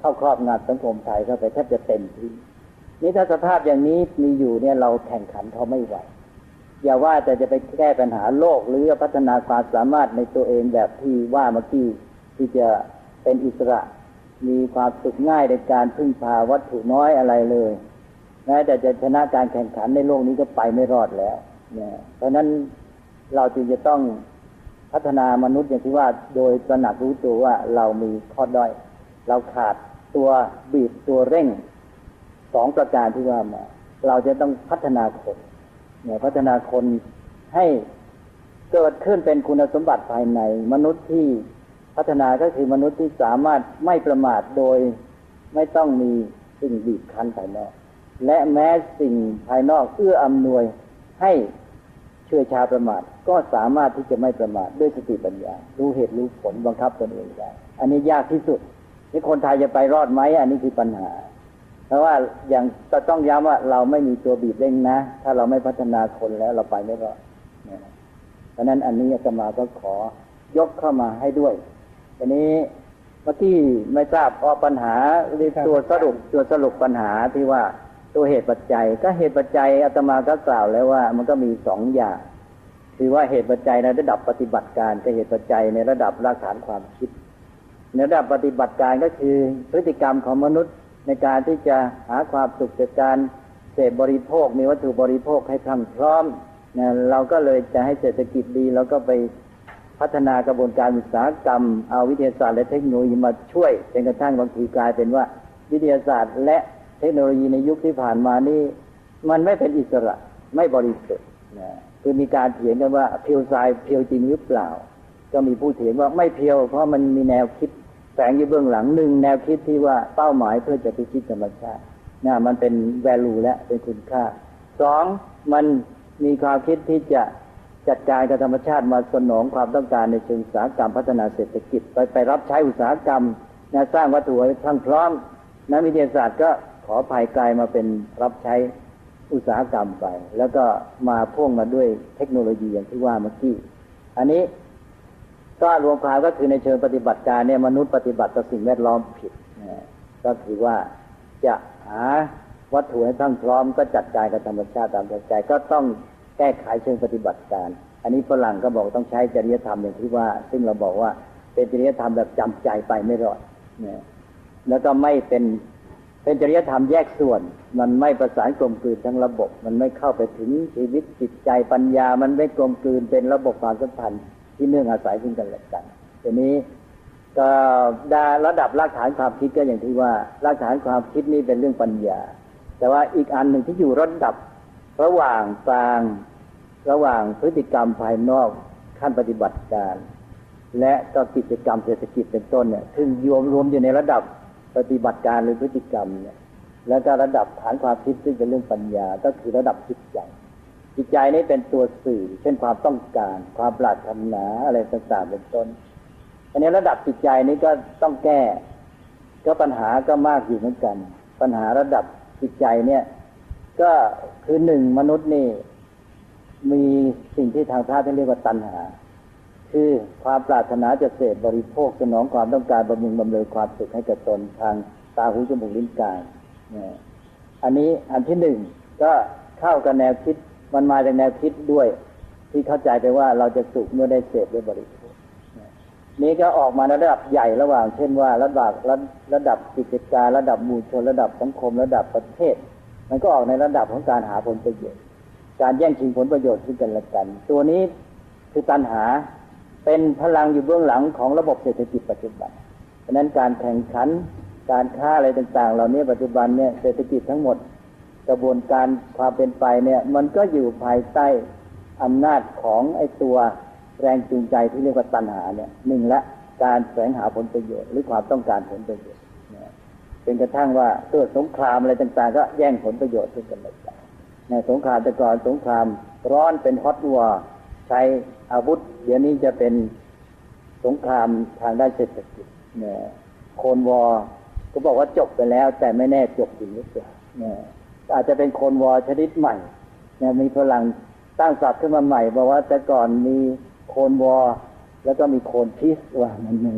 เข้าครอบงำสังคมไทยเข้าไปแทบจะเต็มที่นี่ถ้าสภาพอย่างนี้มีอยู่เนี่ยเราแข่งขันเขาไม่ไหวอย่าว่าแต่จะไปแก้ปัญหาโลกหรือพัฒนาความสามารถในตัวเองแบบที่ว่าเมื่อกี้ที่จะเป็นอิสระมีความสุขง่ายในการพึ่งพาวัตถุน้อยอะไรเลยแม้แต่จะชนะการแข่งขันในโลกนี้ก็ไปไม่รอดแล้วเนี่ยเพราะนั้นเราจึงจะต้องพัฒนามนุษย์อย่างที่ว่าโดยตระหนักรู้ตัวว่าเรามีข้อด้อยเราขาดตัวบีบตัวเร่งสองประการที่ว่ามาเราจะต้องพัฒนาคนเนี่ยพัฒนาคนให้เกิดขึ้นเป็นคุณสมบัติภายในมนุษย์ที่พัฒนาก็คือมนุษย์ที่สามารถไม่ประมาทโดยไม่ต้องมีสิ่งบีบคั้นภายนอกและแม้สิ่งภายนอกเอื้ออำนวยให้เชื่อชาประมาทก็สามารถที่จะไม่ประมาทด้วยสติปัญญารู้เหตุรู้ผลบังคับตนเองได้อันนี้ยากที่สุดที่คนไทยจะไปรอดไหมอันนี้คือปัญหาเพราะว่าอย่างต้องย้ำว่าเราไม่มีตัวบีบเร่งนะถ้าเราไม่พัฒนาคนแล้วเราไปไม่รอดเพราะนั้นอันนี้อาตมาก็ขอยกเข้ามาให้ด้วยอันนี้เมื่อกี้ไม่ทราบปัญหาหรือตัวสรุปปัญหาที่ว่าตัวเหตุปัจจัยก็เหตุปัจจัยอาตมาก็กล่าวแล้วว่ามันก็มีสองอย่างคือว่าเหตุปัจจัยในระดับปฏิบัติการกับเหตุปัจจัยในระดับรากฐานความคิดในระดับปฏิบัติการก็คือพฤติกรรมของมนุษย์ในการที่จะหาความสุขจากการเสพบริโภคมีวัตถุบริโภคให้พรั่งพร้อมเราก็เลยจะให้เศรษฐกิจดีแล้วก็ไปพัฒนากระบวนการอุตสาหกรรมเอาวิทยาศาสตร์และเทคโนโลยีมาช่วยจนกระทั่งบางทีกลายเป็นว่าวิทยาศาสตร์และเทคโนโลยีในยุคที่ผ่านมานี่มันไม่เป็นอิสระไม่บริสุทธิ์คือมีการเถียงกันว่าเพียวทรายเพียวจริงหรือเปล่าก็มีผู้เถียงว่าไม่เพียวเพราะมันมีแนวคิดแฝงอยู่เบื้องหลังหนึ่งแนวคิดที่ว่าเป้าหมายเพื่อจะพิชิตธรรมชาติมันเป็น value และเป็นคุณค่าสองมันมีความคิดที่จะจัดการกับธรรมชาติมาสนองความต้องการในเชิงอุตสาหกรรมพัฒนาเศรษฐกิจไปรับใช้อุตสาหกรรมสร้างวัตถุให้พรั่งพร้อมนักวิทยาศาสตร์ก็ขอภายกลายมาเป็นรับใช้อุตสาหกรรมไปแล้วก็มาพ่วงมาด้วยเทคโนโลยีอย่างที่ว่าเมื่อกี้อันนี้ก็รวมความก็คือในเชิงปฏิบัติการเนี่ยมนุษย์ปฏิบัติต่อสิ่งแวดล้อมผิดก็คือว่าจะหาวัตถุให้พรั่งพร้อมก็จัดการกับธรรมชาติตามใจก็ต้องแก้ไขเชิงปฏิบัติการอันนี้ฝรั่งก็บอกต้องใช้จริยธรรมอย่างที่ว่าซึ่งเราบอกว่าเป็นจริยธรรมแบบจำใจไปไม่รอดแล้วก็ไม่เป็นจริยธรรมแยกส่วนมันไม่ประสานกลมกลืนทั้งระบบมันไม่เข้าไปถึงชีวิตจิตใจปัญญามันไม่กลมกลืนเป็นระบบความสัมพันธ์ที่เนื่องอาศัยซึ่งกันและกันทีนี้ก็ระดับรากฐานความคิดก็อย่างที่ว่ารากฐานความคิดนี่เป็นเรื่องปัญญาแต่ว่าอีกอันหนึ่งที่อยู่ระดับระหว่างกลางระหว่างพฤติกรรมภายนอกขั้นปฏิบัติการและก็กิจกรรมเศรษฐกิจเป็นต้นเนี่ยซึ่งรวมอยู่ในระดับปฏิบัติการหรือพฤติกรรมเนี่ยแล้วก็ระดับฐานความคิดซึ่งเป็นเรื่องปัญญาก็คือระดับจิตใจนี้เป็นตัวสื่อเช่นความต้องการความปรารถนาอะไรต่างๆเป็นต้นอันนี้ระดับจิตใจนี้ก็ต้องแก้ก็ปัญหาก็มากอยู่เหมือนกันปัญหาระดับจิตใจเนี่ยก็คือหนึ่งมนุษย์นี่มีสิ่งที่ทางพระท่านเรียกว่าตัณหาคือความปรารถนาจะเสพบริโภคสนองความต้องการบำรุงบำเรอความสุขให้กับตนทางตาหูจมูกลิ้นกายอันนี้อันที่หนึ่งก็เข้ากับแนวคิดมันมาจากแนวคิดด้วยที่เข้าใจไปว่าเราจะสุขเมื่อได้เสพได้บริโภคนี้ก็ออกมาในระดับใหญ่ระหว่างเช่นว่าระดับกิจการระดับหมู่ชนระดับสังคมระดับประเทศมันก็ออกในระดับของการหาผลประโยชน์การแย่งชิงผลประโยชน์ซึ่งกันและกันตัวนี้คือตัณหาเป็นพลังอยู่เบื้องหลังของระบบเศรษฐกิจปัจจุบันเพราะนั้นการแข่งขันการค้าอะไรต่างๆเหล่านี้ปัจจุบันเนี่ยเศรษฐกิจทั้งหมดกระบวนการความเป็นไปเนี่ยมันก็อยู่ภายใต้อำนาจของไอ้ตัวแรงจูงใจที่เรียกว่าตัณหาเนี่ยหนึ่งละการแสวงหาผลประโยชน์หรือความต้องการผลประโยชน์เป็นกระทั่งว่าเกิดสงครามอะไรต่างๆก็แย่งผลประโยชน์ซึ่งกันและกันสงครามแต่ก่อนสงครามร้อนเป็นฮอตวอร์ใช้อาวุธเดี๋ยวนี้จะเป็นสงครามทางด้านเศรษฐกิจโคนวอร์ก็บอกว่าจบไปแล้วแต่ไม่แน่จบจริงหรือเปล่าอาจจะเป็นโคนวอร์ชนิดใหม่มีพลังตั้งศัพท์ขึ้นมาใหม่บอกว่าแต่ก่อนมีโคนวอร์แล้วก็มีโคนพีซว่ามัน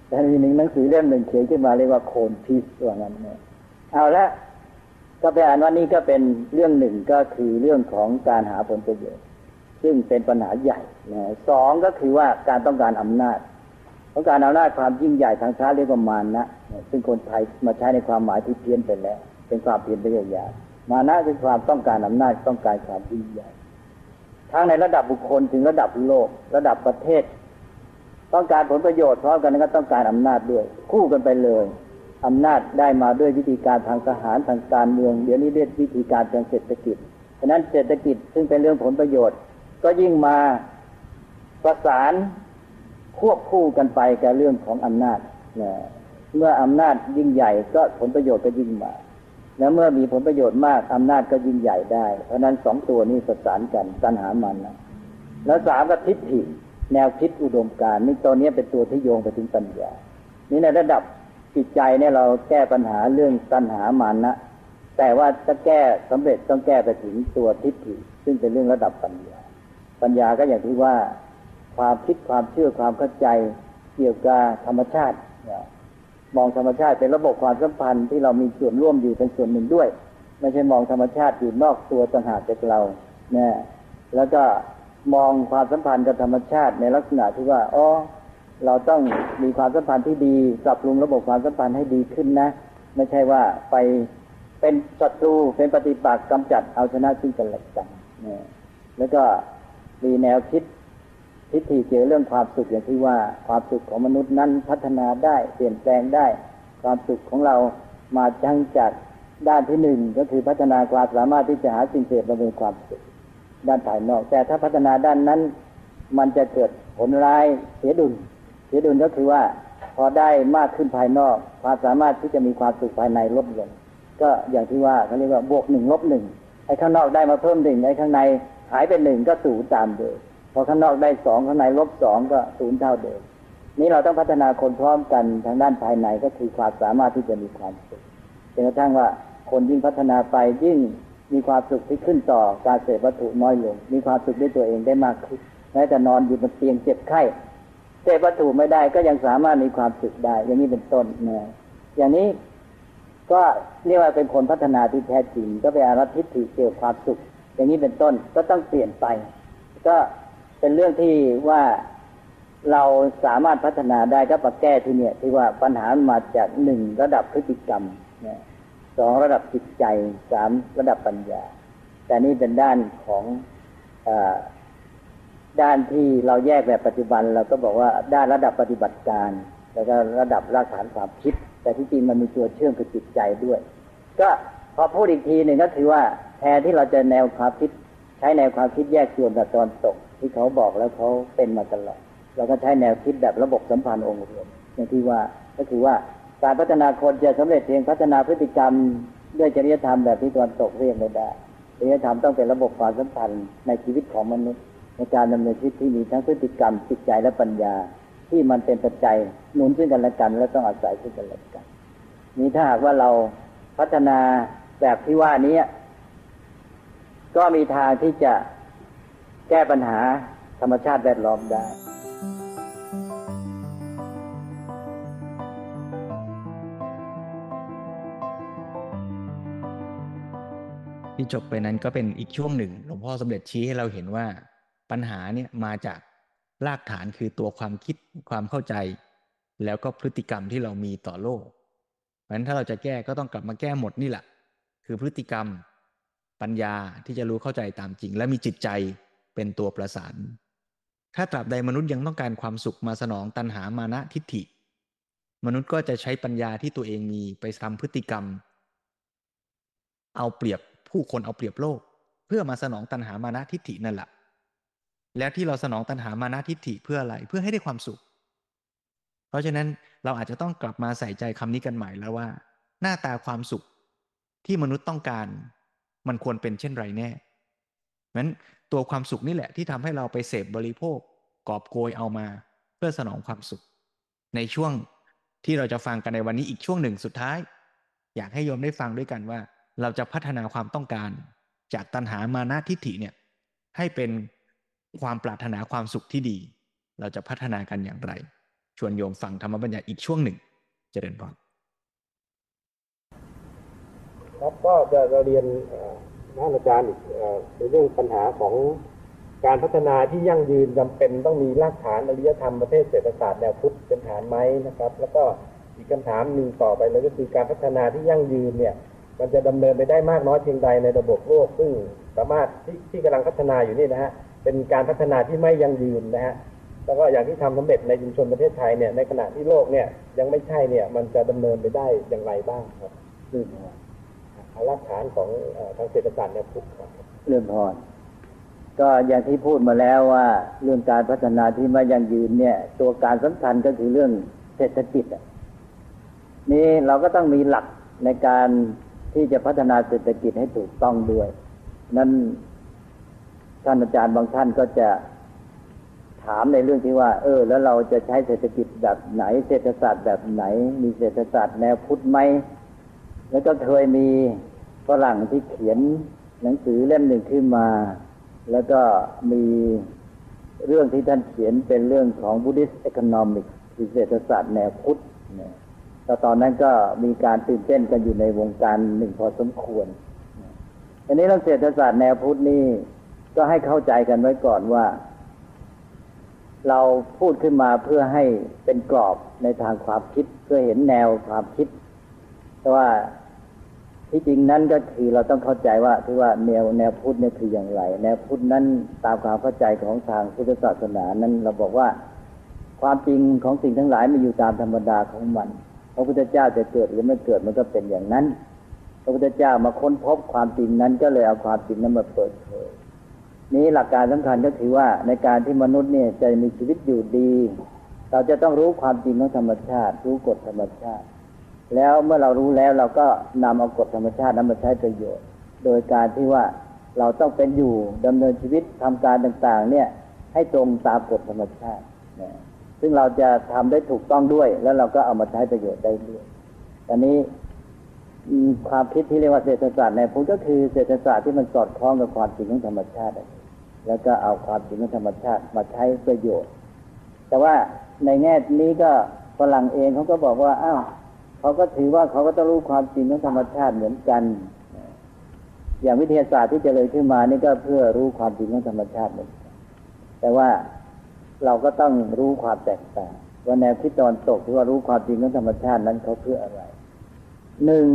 แต่มีหนังสือเล่มหนึ่งเขียนขึ้นมาเรียกว่าโคนพิษว่างั้นเนี่ยเอาละก็ไปอ่านว่านี่ก็เป็นเรื่องหนึ่งก็คือเรื่องของการหาผลประโยชน์ซึ่งเป็นปัญหาใหญ่นะสองก็คือว่าการต้องการอำนาจต้องการอำนาจความยิ่งใหญ่ทางชาติเรียกว่ามานะซึ่งคนไทยมาใช้ในความหมายที่เพี้ยนไปแล้วเป็นความเพี้ยนไปอย่างมานะคือความต้องการอำนาจต้องการความยิ่งใหญ่ทั้งในระดับบุคคลถึงระดับโลกระดับประเทศต้องการผลประโยชน์พร้อมกันก็ต้องการอำนาจด้วยคู่กันไปเลยอำนาจได้มาด้วยวิธีการทางทหารทางการเมืองเดี๋ยวนี้เรียกวิธีการทางเศรษฐกิจฉะนั้นเศรษฐกิจซึ่งเป็นเรื่องผลประโยชน์ก็ยิ่งมาประสานควบคู่กันไปกับเรื่องของอำนาจเมื่ออำนาจยิ่งใหญ่ก็ผลประโยชน์ก็ยิ่งมาแล้วเมื่อมีผลประโยชน์มากอำนาจก็ยิ่งใหญ่ได้เพราะนั้นสองตัวนี้ประสานกันตัณหามันนะแล้วสามก็ทิฏฐิแนวคิดอุดมการณ์นี่ตัวนี้เป็นตัวที่โยงไปถึงปัญญานี่ในระดับจิตใจเนี่ยเราแก้ปัญหาเรื่องตัณหามานะแต่ว่าจะแก้สำเร็จต้องแก้ไปถึงตัวทิฏฐิซึ่งเป็นเรื่องระดับปัญญาปัญญาก็อย่างที่ว่าความคิดความเชื่อความเข้าใจเกี่ยวกับธรรมชาติมองธรรมชาติเป็นระบบความสัมพันธ์ที่เรามีส่วนร่วมอยู่เป็นส่วนหนึ่งด้วยไม่ใช่มองธรรมชาติอยู่นอกตัวต่างหากจากเรานะแล้วก็มองความสัมพันธ์กับธรรมชาติในลักษณะที่ว่าเราต้องมีความสัมพันธ์ที่ดีปรับปรุงระบบความสัมพันธ์ให้ดีขึ้นนะไม่ใช่ว่าไปเป็นศัตรูเป็นปฏิปักษ์กำจัดเอาชนะซึ่งกันและกันนะแล้วก็มีแนวคิดทิฏฐิเกี่ยวเรื่องความสุขอย่างที่ว่าความสุขของมนุษย์นั้นพัฒนาได้เปลี่ยนแปลงได้ความสุขของเรามาจังจากด้านที่หนึ่งก็คือพัฒนาความสามารถที่จะหาสิ่งเสพมาเป็นความสุขด้านภายนอกแต่ถ้าพัฒนาด้านนั้นมันจะเกิดผลร้ายเสียดุลก็คือว่าพอได้มากขึ้นภายนอกความสามารถที่จะมีความสุขภายในลดลงก็อย่างที่ว่าเขาเรียกว่าบวกหนึ่งลบหนึ่งไอ้ข้างนอกได้มาเพิ่มหนึ่งไอ้ข้างในหายไปหนึ่งก็ศูนย์ตามเดิมพอข้างนอกได้สองข้างในลบสองก็ศูนย์เท่าเดิมนี้เราต้องพัฒนาคนพร้อมกันทางด้านภายในก็คือความสามารถที่จะมีความสุขจนกระทั่งว่าคนยิ่งพัฒนาไปยิ่งมีความสุขที่ขึ้นต่อการเสพวัตถุน้อยลงมีความสุขด้วยตัวเองได้มากขึ้นแม้แต่นอนอยู่บนเตียงเจ็บไข้เสพวัตถุไม่ได้ก็ยังสามารถมีความสุขได้อย่างนี้เป็นต้นนะอย่างนี้ก็เรียกว่าเป็นคนพัฒนาที่แท้จริงก็เป็นอรัตทิฏฐิเกี่ยวกับความสุขอย่างนี้เป็นต้นก็ต้องเปลี่ยนไปก็เป็นเรื่องที่ว่าเราสามารถพัฒนาได้ก็มาแก้ที่เนี่ยที่ว่าปัญหามาจากหนึ่งระดับพฤติกรรมนะสองระดับจิตใจสามระดับปัญญาแต่นี่เป็นด้านของด้านที่เราแยกแบบปัจจุบันเราก็บอกว่าด้านระดับปฏิบัติการแล้วก็ระดับรากฐานความคิดแต่ที่จริงมันมีตัวเชื่อมกับจิตใจด้วยก็พอพูดอีกทีหนึ่งก็คือว่าแทนที่เราจะแนวความคิดใช้แนวความคิดแยกส่วนแบบตอนตกที่เขาบอกแล้วเขาเป็นมาตลอดเราก็ใช้แนวคิดแบบระบบสัมพันธ์องค์รวมอย่างที่ว่าก็คือว่าการพัฒนาคนจะสำเร็จเพียงพัฒนาพฤติกรรมด้วยจริยธรรมแบบที่ตอนตกเรียกไม่ได้จริยธรรมต้องเป็นระบบความสัมพันธ์ในชีวิตของมนุษย์ในการดำเนินชีวิตที่มีทั้งพฤติกรรมจิตใจและปัญญาที่มันเป็นปัจจัยหนุนซึ่งกันและกันและต้องอาศัยซึ่งกันและกันนี้ถ้าหากว่าเราพัฒนาแบบที่ว่านี้ก็มีทางที่จะแก้ปัญหาธรรมชาติแวดล้อมได้ที่จบไปนั้นก็เป็นอีกช่วงหนึ่งหลวงพ่อสมเด็จชี้ให้เราเห็นว่าปัญหาเนี่ยมาจากรากฐานคือตัวความคิดความเข้าใจแล้วก็พฤติกรรมที่เรามีต่อโลกเพราะฉะนั้นถ้าเราจะแก้ก็ต้องกลับมาแก้หมดนี่แหละคือพฤติกรรมปัญญาที่จะรู้เข้าใจตามจริงและมีจิตใจเป็นตัวประสานถ้าตราบใดมนุษย์ยังต้องการความสุขมาสนองตัณหามานะทิฏฐิมนุษย์ก็จะใช้ปัญญาที่ตัวเองมีไปทำพฤติกรรมเอาเปรียบผู้คนเอาเปรียบโลกเพื่อมาสนองตัณหามานะทิฏฐินั่นแหละแล้วที่เราสนองตัณหามานะทิฏฐิเพื่ออะไรเพื่อให้ได้ความสุขเพราะฉะนั้นเราอาจจะต้องกลับมาใส่ใจคำนี้กันใหม่แล้วว่าหน้าตาความสุขที่มนุษย์ต้องการมันควรเป็นเช่นไรแน่งั้นตัวความสุขนี่แหละที่ทำให้เราไปเสพบริโภคกอบโกยเอามาเพื่อสนองความสุขในช่วงที่เราจะฟังกันในวันนี้อีกช่วงหนึ่งสุดท้ายอยากให้โยมได้ฟังด้วยกันว่าเราจะพัฒนาความต้องการจากตัณหามานะทิฏฐิเนี่ยให้เป็นความปรารถนาความสุขที่ดีเราจะพัฒนากันอย่างไรชวนโยมฟังธรรมบรรยายอีกช่วงหนึ่งเจริญพรครับก็จะเรียนท่านอาจารย์อีกในเรื่องปัญหาของการพัฒนาที่ยั่งยืนจำเป็นต้องมีรากฐานอริยธรรมประเภทเศรษฐศาสตร์แนวพุทธเป็นฐานไหมนะครับแล้วก็อีกคำถามหนึ่งต่อไปเลยก็คือการพัฒนาที่ยั่งยืนเนี่ยมันจะดำเนินไปได้มากน้อยเพียงใดในระบบโลกซึ่งสามารถที่กำลังพัฒนาอยู่นี่นะฮะเป็นการพัฒนาที่ไม่ยั่งยืนนะฮะแล้วก็อย่างที่ทำสำเร็จในชุมชนประเทศไทยเนี่ยในขณะที่โลกเนี่ยยังไม่ใช่เนี่ยมันจะดำเนินไปได้อย่างไรบ้างครับเอารากฐานของทางเศรษฐศาสตร์แนวพุทธครับเรื่องพรก็อย่างที่พูดมาแล้วว่าเรื่องการพัฒนาที่ไม่ยั่งยืนเนี่ยตัวการสำคัญก็คือเรื่องเศรษฐกิจนี่เราก็ต้องมีหลักในการที่จะพัฒนาเศรษฐกิจให้ถูกต้องด้วยนั้นท่านอาจารย์บางท่านก็จะถามในเรื่องที่ว่าแล้วเราจะใช้เศรษฐกิจแบบไหนเศรษฐศาสตร์แบบไหนมีเศรษฐศาสตร์แนวพุทธไหมแล้วก็เคยมีฝรั่งที่เขียนหนังสือเล่มหนึ่งขึ้นมาแล้วก็มีเรื่องที่ท่านเขียนเป็นเรื่องของ Buddhist Economics คือเศรษฐศาสตร์แนวพุทธแต่ตอนนั้นก็มีการตื่นเต้นกันอยู่ในวงการหนึ่งพอสมควรอันนี้เรื่องเศรษฐศาสตร์แนวพุทธนี่ก็ให้เข้าใจกันไว้ก่อนว่าเราพูดขึ้นมาเพื่อให้เป็นกรอบในทางความคิดเพื่อเห็นแนวความคิดแต่ว่าที่จริงนั้นก็คือเราต้องเข้าใจว่าที่ว่าแนวพุทธเนี่ยคืออย่างไรแนวพุทธนั้นตามความเข้าใจของทางพุทธศาสนานั้นเราบอกว่าความจริงของสิ่งทั้งหลายมันอยู่ตามธรรมดาของมันพระพุทธเจ้าจะเกิดหรือไม่เกิดมันก็เป็นอย่างนั้นพระพุทธเจ้ามาค้นพบความจริงนั้นก็เลยเอาความจริงนั้นมาเปิดเผยนี้หลักการสำคัญก็คือว่าในการที่มนุษย์เนี่ยจะมีชีวิตอยู่ดีเราจะต้องรู้ความจริงของธรรมชาติรู้กฎธรรมชาติแล้วเมื่อเรารู้แล้วเราก็นำเอากฎธรรมชาตินั้นมาใช้ประโยชน์โดยการที่ว่าเราต้องเป็นอยู่ดำเนินชีวิตทำการต่างๆเนี่ยให้ตรงตามกฎธรรมชาติซึ่งเราจะทำได้ถูกต้องด้วยแล้วเราก็เอามาใช้ประโยชน์ได้ด้วยตอนนี้ความคิดที่เรียกว่าเศรษฐศาสตร์ในพุทธก็คือเศรษฐศาสตร์ที่มันสอดคล้องกับความจริงของธรรมชาติแล้วก็เอาความจริงของธรรมชาติมาใช้ประโยชน์แต่ว่าในแง่นี้ก็ฝรั่งเองเขาก็บอกว่าเขาก็ถือว่าเขาก็ต้องรู้ความจริงของธรรมชาติเหมือนกันอย่างวิทยาศาสตร์ที่เจริญขึ้นมานี่ก็เพื่อรู้ความจริงของธรรมชาติเหมือนกันแต่ว่าเราก็ต้องรู้ความแตกต่างว่าแนวคิดตะวันตกที่ว่ารู้ความจริงของธรรมชาตินั้นเขาเพื่ออะไรหนึ่ง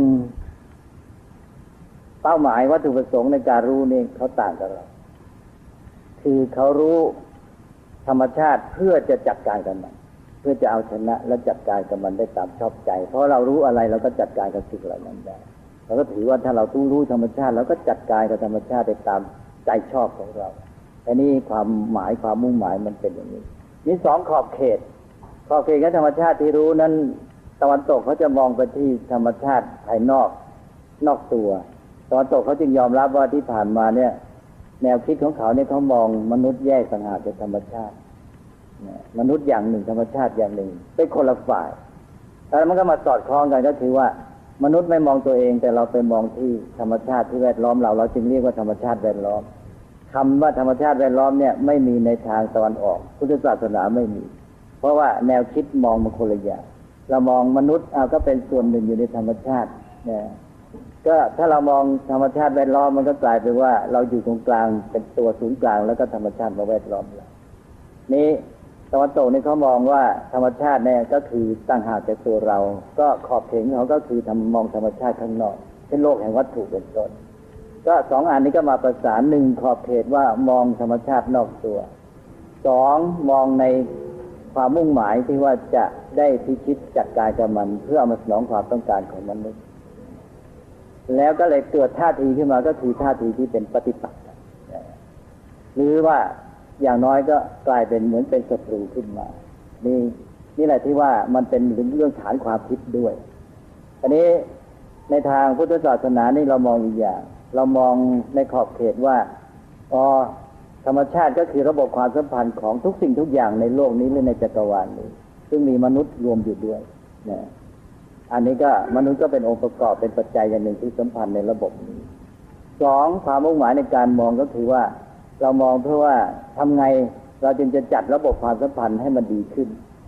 เป้าหมายวัตถุประสงค์ในการรู้นี่เขาต่างกันเราคือเขารู้ธรรมชาติเพื่อจะจัดการกับมันเพื่อจะเอาชนะและจัดการกับมันได้ตามชอบใจเพราะเรารู้อะไรเราก็จัดการกับสิ่งเหล่านั้นได้เราก็ถือว่าถ้าเรารู้ธรรมชาติเราก็จัดการกับธรรมชาติได้ตามใจชอบของเราอันนี้ความหมายความมุ่งหมายมันเป็นอย่างนี้นี่สองขอบเขตของธรรมชาติที่รู้นั้นตะวันตกเขาจะมองไปที่ธรรมชาติภายนอกตัวตะวันตกเขาจึงยอมรับว่าที่ผ่านมาเนี่ยแนวคิดของเขาเนี่ยเขามองมนุษย์แยกต่างหากจากธรรมชาติมนุษย์อย่างหนึ่งธรรมชาติอย่างหนึ่งเป็นคนละฝ่ายแล้วมันก็มาสอดคล้องกันก็คือว่ามนุษย์ไม่มองตัวเองแต่เราไปมองที่ธรรมชาติที่แวดล้อมเราจึงเรียกว่าธรรมชาติแวดล้อมคำว่าธรรมชาติแวดล้อมเนี่ยไม่มีในทางตะวันออกพุทธศาสนาไม่มีเพราะว่าแนวคิดมองมันคนละอย่างเรามองมนุษย์ก็เป็นส่วนหนึ่งอยู่ในธรรมชาติเนี่ยก็ถ้าเรามองธรรมชาติแวดล้อมมันก็กลายเป็นว่าเราอยู่ตรงกลางเป็นตัวศูนย์กลางแล้วก็ธรรมชาติมาแวดล้อมเรานี้ตะวันตกนี่เขามองว่าธรรมชาติเนี่ยก็คือต่างหากจากตัวเราก็ขอบเขตเขาก็คือมองธรรมชาติข้างนอกเช่นโลกแห่งวัตถุเป็นต้นก็สองอันนี้ก็มาประสานหนึ่งขอบเขตว่ามองธรรมชาตินอกตัวสองมองในความมุ่งหมายที่ว่าจะได้พิชิตจัดการกับมันเพื่อเอามาสนองความต้องการของมนุษย์แล้วก็เลยเกิดท่าทีขึ้นมาก็คือท่าทีที่เป็นปฏิปักษ์หรือว่าอย่างน้อยก็กลายเป็นเหมือนเป็นศัตรูขึ้นมานี่แหละที่ว่ามันเป็นเรื่องฐานความคิดด้วยอันนี้ในทางพุทธศาสนานี่เรามองอีกอย่างเรามองในขอบเขตว่าธรรมชาติก็คือระบบความสัมพันธ์ของทุกสิ่งทุกอย่างในโลกนี้หรือในจักรวาลนี้ซึ่งมีมนุษย์รวมอยู่ด้วยนะอันนี้ก็มนุษย์ก็เป็นองค์ประกอบเป็นปัจจัยอย่างหนึ่งที่สัมพันธ์ในระบบนี้สองความมุ่งหมายในการมองก็คือว่าเรามองเพื่อว่าทำไงเราจึงจะจัดระบบความสัมพันธ์ให้มันดีขึ้น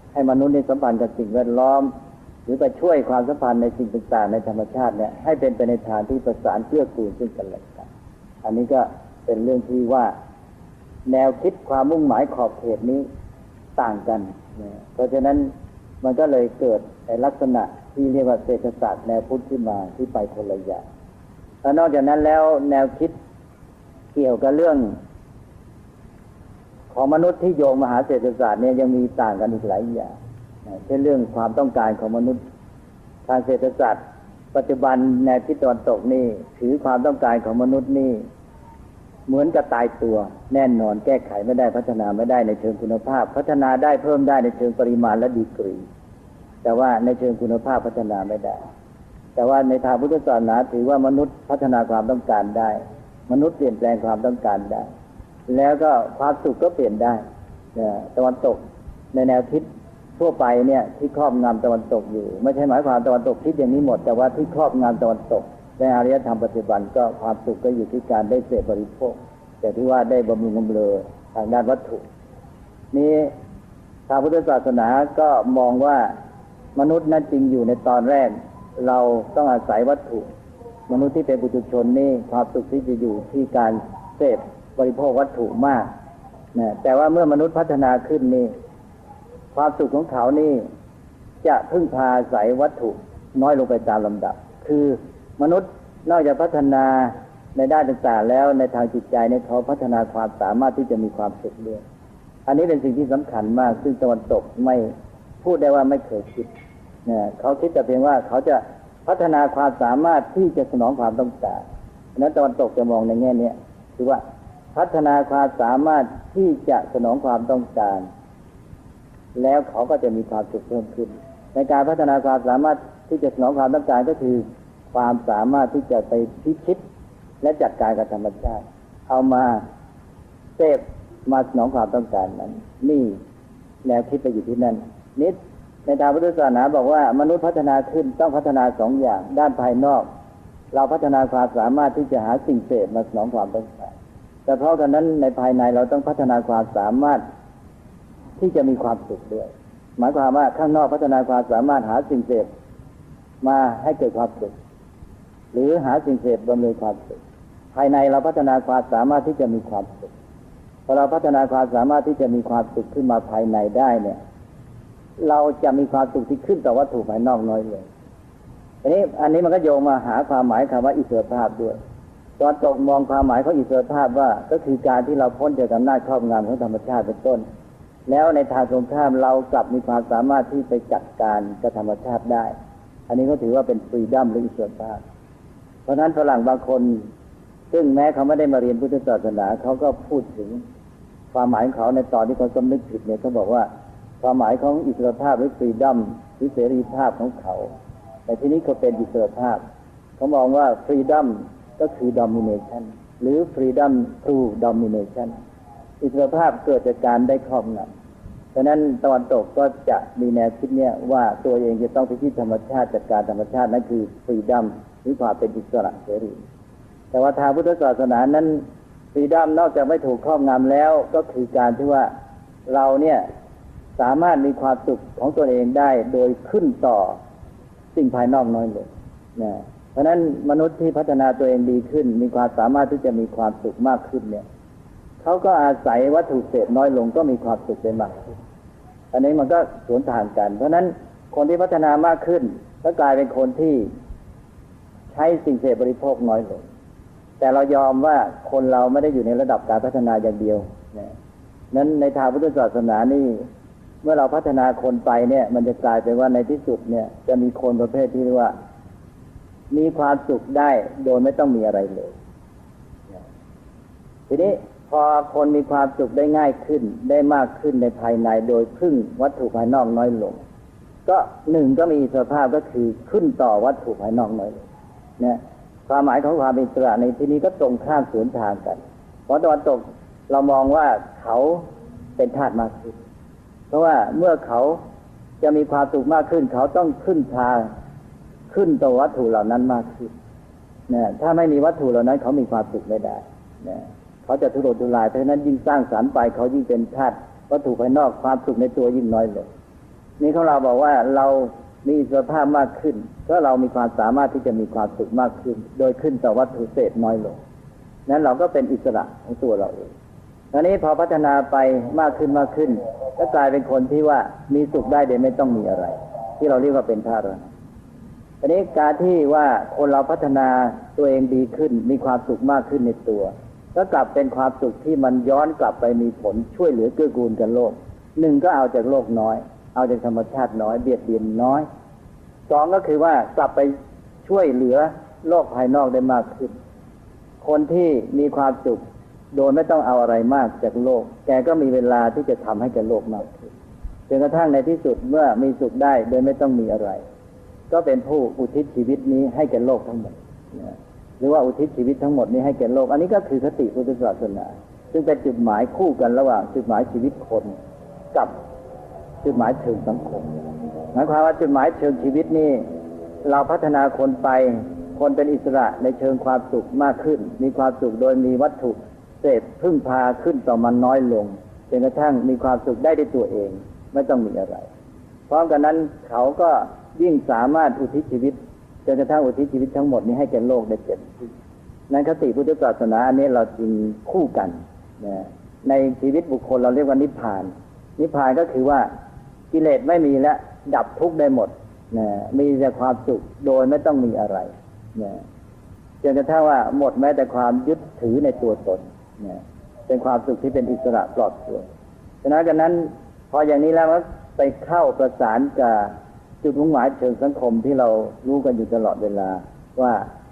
ให้มนุษย์ได้สัมพันธ์กับสิ่งแวดล้อมหรือไปช่วยความสัมพันธ์ในสิ่งต่างๆในธรรมชาติเนี่ยให้เป็นไปในทางที่ประสานเกื้อกูลซึ่งกันและกันอันนี้ก็เป็นเรื่องที่ว่าแนวคิดความมุ่งหมายขอบเขตนี้ต่างกันเพราะฉะนั้นมันก็เลยเกิดลักษณะที่เรียกว่าเศรษฐศาสตร์แนวพุทธขึ้นมาที่ไปคนละอย่างแล้วนอกจากนั้นแล้วแนวคิดเกี่ยวกับเรื่องของมนุษย์ที่โยงมาหาเศรษฐศาสตร์เนี่ยยังมีต่างกันอีกหลายอย่างเช่นเรื่องความต้องการของมนุษย์ทางเศรษฐศาสตร์ปัจจุบันแนวคิดตะวันตกนี่ถือความต้องการของมนุษย์นี่เหมือนกับตายตัวแน่นอนแก้ไขไม่ได้พัฒนาไม่ได้ในเชิงคุณภาพพัฒนาได้เพิ่มได้ในเชิงปริมาณและดีกรีแต่ว่าในเชิงคุณภาพพัฒนาไม่ได้แต่ว่าในทางพุทธศาสนาถือว่ามนุษย์พัฒนาความต้องการได้มนุษย์เปลี่ยนแปลงความต้องการได้แล้วก็ความสุขก็เปลี่ยนได้ตะวันตกในแนวคิดทั่วไปเนี่ยที่ครอบงำตะวันตกอยู่ไม่ใช่หมายความตะวันตกคิดอย่างนี้หมดแต่ว่าที่ครอบงำตะวันตกในอารยธรรมปัจจุบันก็ความสุขก็อยู่ที่การได้เสพบริโภคแต่ที่ว่าได้บำรุงบำเรอทางด้านวัตถุนี้ทางพุทธศาสนาก็มองว่ามนุษย์นั้นจริงอยู่ในตอนแรกเราต้องอาศัยวัตถุมนุษย์ที่เป็นปุถุชนนี่ความสุขที่จะอยู่ที่การเสพบริโภควัตถุมากนะแต่ว่าเมื่อมนุษย์พัฒนาขึ้นนี่ความสุขของเขานี่จะพึ่งพาอาศัยวัตถุน้อยลงไปตามลำดับคือมนุษย์นอกจากพัฒนาในด้านต่างๆแล้วในทางจิตใจเนี่ยเขาพัฒนาความสามารถที่จะมีความสุขด้วยอันนี้เป็นสิ่งที่สำคัญมากซึ่งตะวันตกไม่พูดได้ว่าไม่เคยคิดเนี่ยเขาคิดแต่เพียงว่าเขาจะพัฒนาความสามารถที่จะสนองความต้องการนั้นตะวันตกจะมองในแง่นี้คือว่าพัฒนาความสามารถที่จะสนองความต้องการแล้วเขาก็จะมีความสุขเพิ่มขึ้นในการพัฒนาความสามารถที่จะสนองความต้องการก็คือความสามารถที่จะไปพิชิตและจัดการกับธรรมชาติเอามาเสพมาสนองความต้องการนั้นนี่แนวคิดไปอยู่ที่นั่นนิดในทางพุทธศาสนาบอกว่ามนุษย์พัฒนาขึ้นต้องพัฒนาสองอย่างด้านภายนอกเราพัฒนาความสามารถที่จะหาสิ่งเสพมาสนองความต้องการแต่เพราะฉะนั้นในภายในเราต้องพัฒนาความสามารถที่จะมีความสุขด้วยหมายความว่าข้างนอกพัฒนาความสามารถหาสิ่งเสพมาให้เกิดความสุขหรือหาสิ่งเสพบำรุงความสุขภายในเราพัฒนาความสามารถที่จะมีความสุขพอเราพัฒนาความสามารถที่จะมีความสุขขึ้นมาภายในได้เนี่ยเราจะมีความสุขที่ขึ้นต่อวัตถุภายนอกน้อยลงอันนี้มันก็โยงมาหาความหมายคำว่าอิสรภาพด้วยตอนตกมองความหมายของอิสรภาพว่าก็คือการที่เราพ้นจากอำนาจครอบงำของธรรมชาติเป็นต้นแล้วในทางตรงข้ามเรากลับมีความสามารถที่ไปจัดการกับธรรมชาติได้อันนี้ก็ถือว่าเป็นฟรีดัมหรืออิสรภาพเพราะฉะนั้นฝรั่งบางคนซึ่งแม้เขาไม่ได้มาเรียนพุทธศาสนาเขาก็พูดถึงความหมายของเขาในตอนที่เขาสำนึกผิดเนี่ยเขาบอกว่าความหมายของอิสรภาพหรือฟรีดัมหรือเสรีภาพของเขาแต่ที่นี้เขาเป็นอิสรภาพเขามองว่าฟรีดัมก็คือดอมิเนชันหรือฟรีดัมทรูดอมิเนชันอิสรภาพเกิดจากการได้ครอบงำฉะนั้นตะวันตกก็จะมีแนวคิดเนี่ยว่าตัวเองจะต้องไปที่ธรรมชาติจัดการธรรมชาตินั่นคือฟรีดัมหรือความเป็นอิสระเสรีแต่ว่าทางพุทธศาสนานั้นฟรีดัมนอกจากไม่ถูกครอบงำแล้วก็คือการที่ว่าเราเนี่ยสามารถมีความสุขของตัวเองได้โดยขึ้นต่อสิ่งภายนอกน้อยลงนะเพราะฉะนั้นมนุษย์ที่พัฒนาตัวเองดีขึ้นมีความสามารถที่จะมีความสุขมากขึ้นเนี่ยเขาก็อาศัยวัตถุเสพน้อยลงก็มีความสุขได้มากขึ้นอันนี้มันก็สวนทางกันเพราะฉะนั้นคนที่พัฒนามากขึ้นก็กลายเป็นคนที่ใช้สิ่งเสพบริโภคน้อยลงแต่เรายอมว่าคนเราไม่ได้อยู่ในระดับการพัฒนาอย่างเดียวนะนั้นในทางพุทธศาสนานี่เมื่อเราพัฒนาคนไปเนี่ยมันจะกลายเป็นว่าในที่สุดเนี่ยจะมีคนประเภทที่เรียกว่ามีความสุขได้โดยไม่ต้องมีอะไรเลยทีนี้พอคนมีความสุขได้ง่ายขึ้นได้มากขึ้นในภายในโดยพึ่งวัตถุภายนอกน้อยลงก็หนึ่งก็มีอิสรภาพก็คือขึ้นต่อวัตถุภายนอกน้อยลงนะความหมายของความเป็นอิสระในที่นี้ก็ตรงข้ามสวนทางกันเพราะตะวันตกเรามองว่าเขาเป็นทาสมากขึ้นเพราะว่าเมื่อเขาจะมีความสุขมากขึ้นเขาต้องขึ้นทางขึ้นต่อวัตถุเหล่านั้นมากขึ้นนะถ้าไม่มีวัตถุเหล่านั้นเขามีความสุขไม่ได้นะเขาจะทุรนทุรายเพราะฉะนั้นยิ่งสร้างสรรค์ไปเขายิ่งเป็นทาสวัตถุภายนอกความสุขในตัวยิ่งน้อยลงนี่ของเราบอกว่าเรามีอิสรภาพมากขึ้นก็เรามีความสามารถที่จะมีความสุขมากขึ้นโดยขึ้นต่อวัตถุเศษน้อยลงนั้นเราก็เป็นอิสระของตัวเราเองตอนนี้พอพัฒนาไปมากขึ้นก็กลายเป็นคนที่ว่ามีสุขได้โดยไม่ต้องมีอะไรที่เราเรียกว่าเป็นพระอรหันต์ตอนนี้การที่ว่าคนเราพัฒนาตัวเองดีขึ้นมีความสุขมากขึ้นในตัวก็กลับเป็นความสุขที่มันย้อนกลับไปมีผลช่วยเหลือเกื้อกูลกันโลกหนึ่งก็เอาจากโลกน้อยเอาจากธรรมชาติน้อยเบียดเบียนน้อยสองก็คือว่ากลับไปช่วยเหลือโลกภายนอกได้มากขึ้นคนที่มีความสุขโดยไม่ต้องเอาอะไรมากจากโลกแกก็มีเวลาที่จะทำให้แก่โลกมากขึ้นจนกระทั่งในที่สุดเมื่อมีสุขได้โดยไม่ต้องมีอะไรก็เป็นผู้อุทิศชีวิตนี้ให้แก่โลกทั้งหมดหรือว่าอุทิศชีวิตทั้งหมดนี้ให้แก่โลกอันนี้ก็คือคติพุทธศาสนาซึ่งเป็นจุดหมายคู่กันระหว่างจุดหมายชีวิตคนกับจุดหมายเชิงสังคมหมายความว่าจุดหมายเชิงชีวิตนี้เราพัฒนาคนไปคนเป็นอิสระในเชิงความสุขมากขึ้นมีความสุขโดยมีวัตถุเสพพึ่งพาขึ้นต่อมันน้อยลงจนกระทั่งมีความสุขได้ด้วยตัวเองไม่ต้องมีอะไรพร้อมกันนั้นเขาก็ยิ่งสามารถอุทิศชีวิตจนกระทั่งอุทิศชีวิตทั้งหมดนี้ให้แก่โลกได้เต็มที่นั้นคติพุทธศาสนาอันนี้เราจึงคู่กันนะในชีวิตบุคคลเราเรียกว่านิพพานนิพพานก็คือว่ากิเลสไม่มีและดับทุกข์ได้หมดนะมีแต่ความสุขโดยไม่ต้องมีอะไรนะจนกระทั่งว่าหมดแม้แต่ความยึดถือในตัวตนนะเป็นความสุขที่เป็นอิสระปลอดโปร่งฉะนั้นพออย่างนี้แล้วไปเข้าประสานกับจุดมุ่งหมายเชิงสังคมที่เรารู้กันอยู่ตลอดเวลาว่า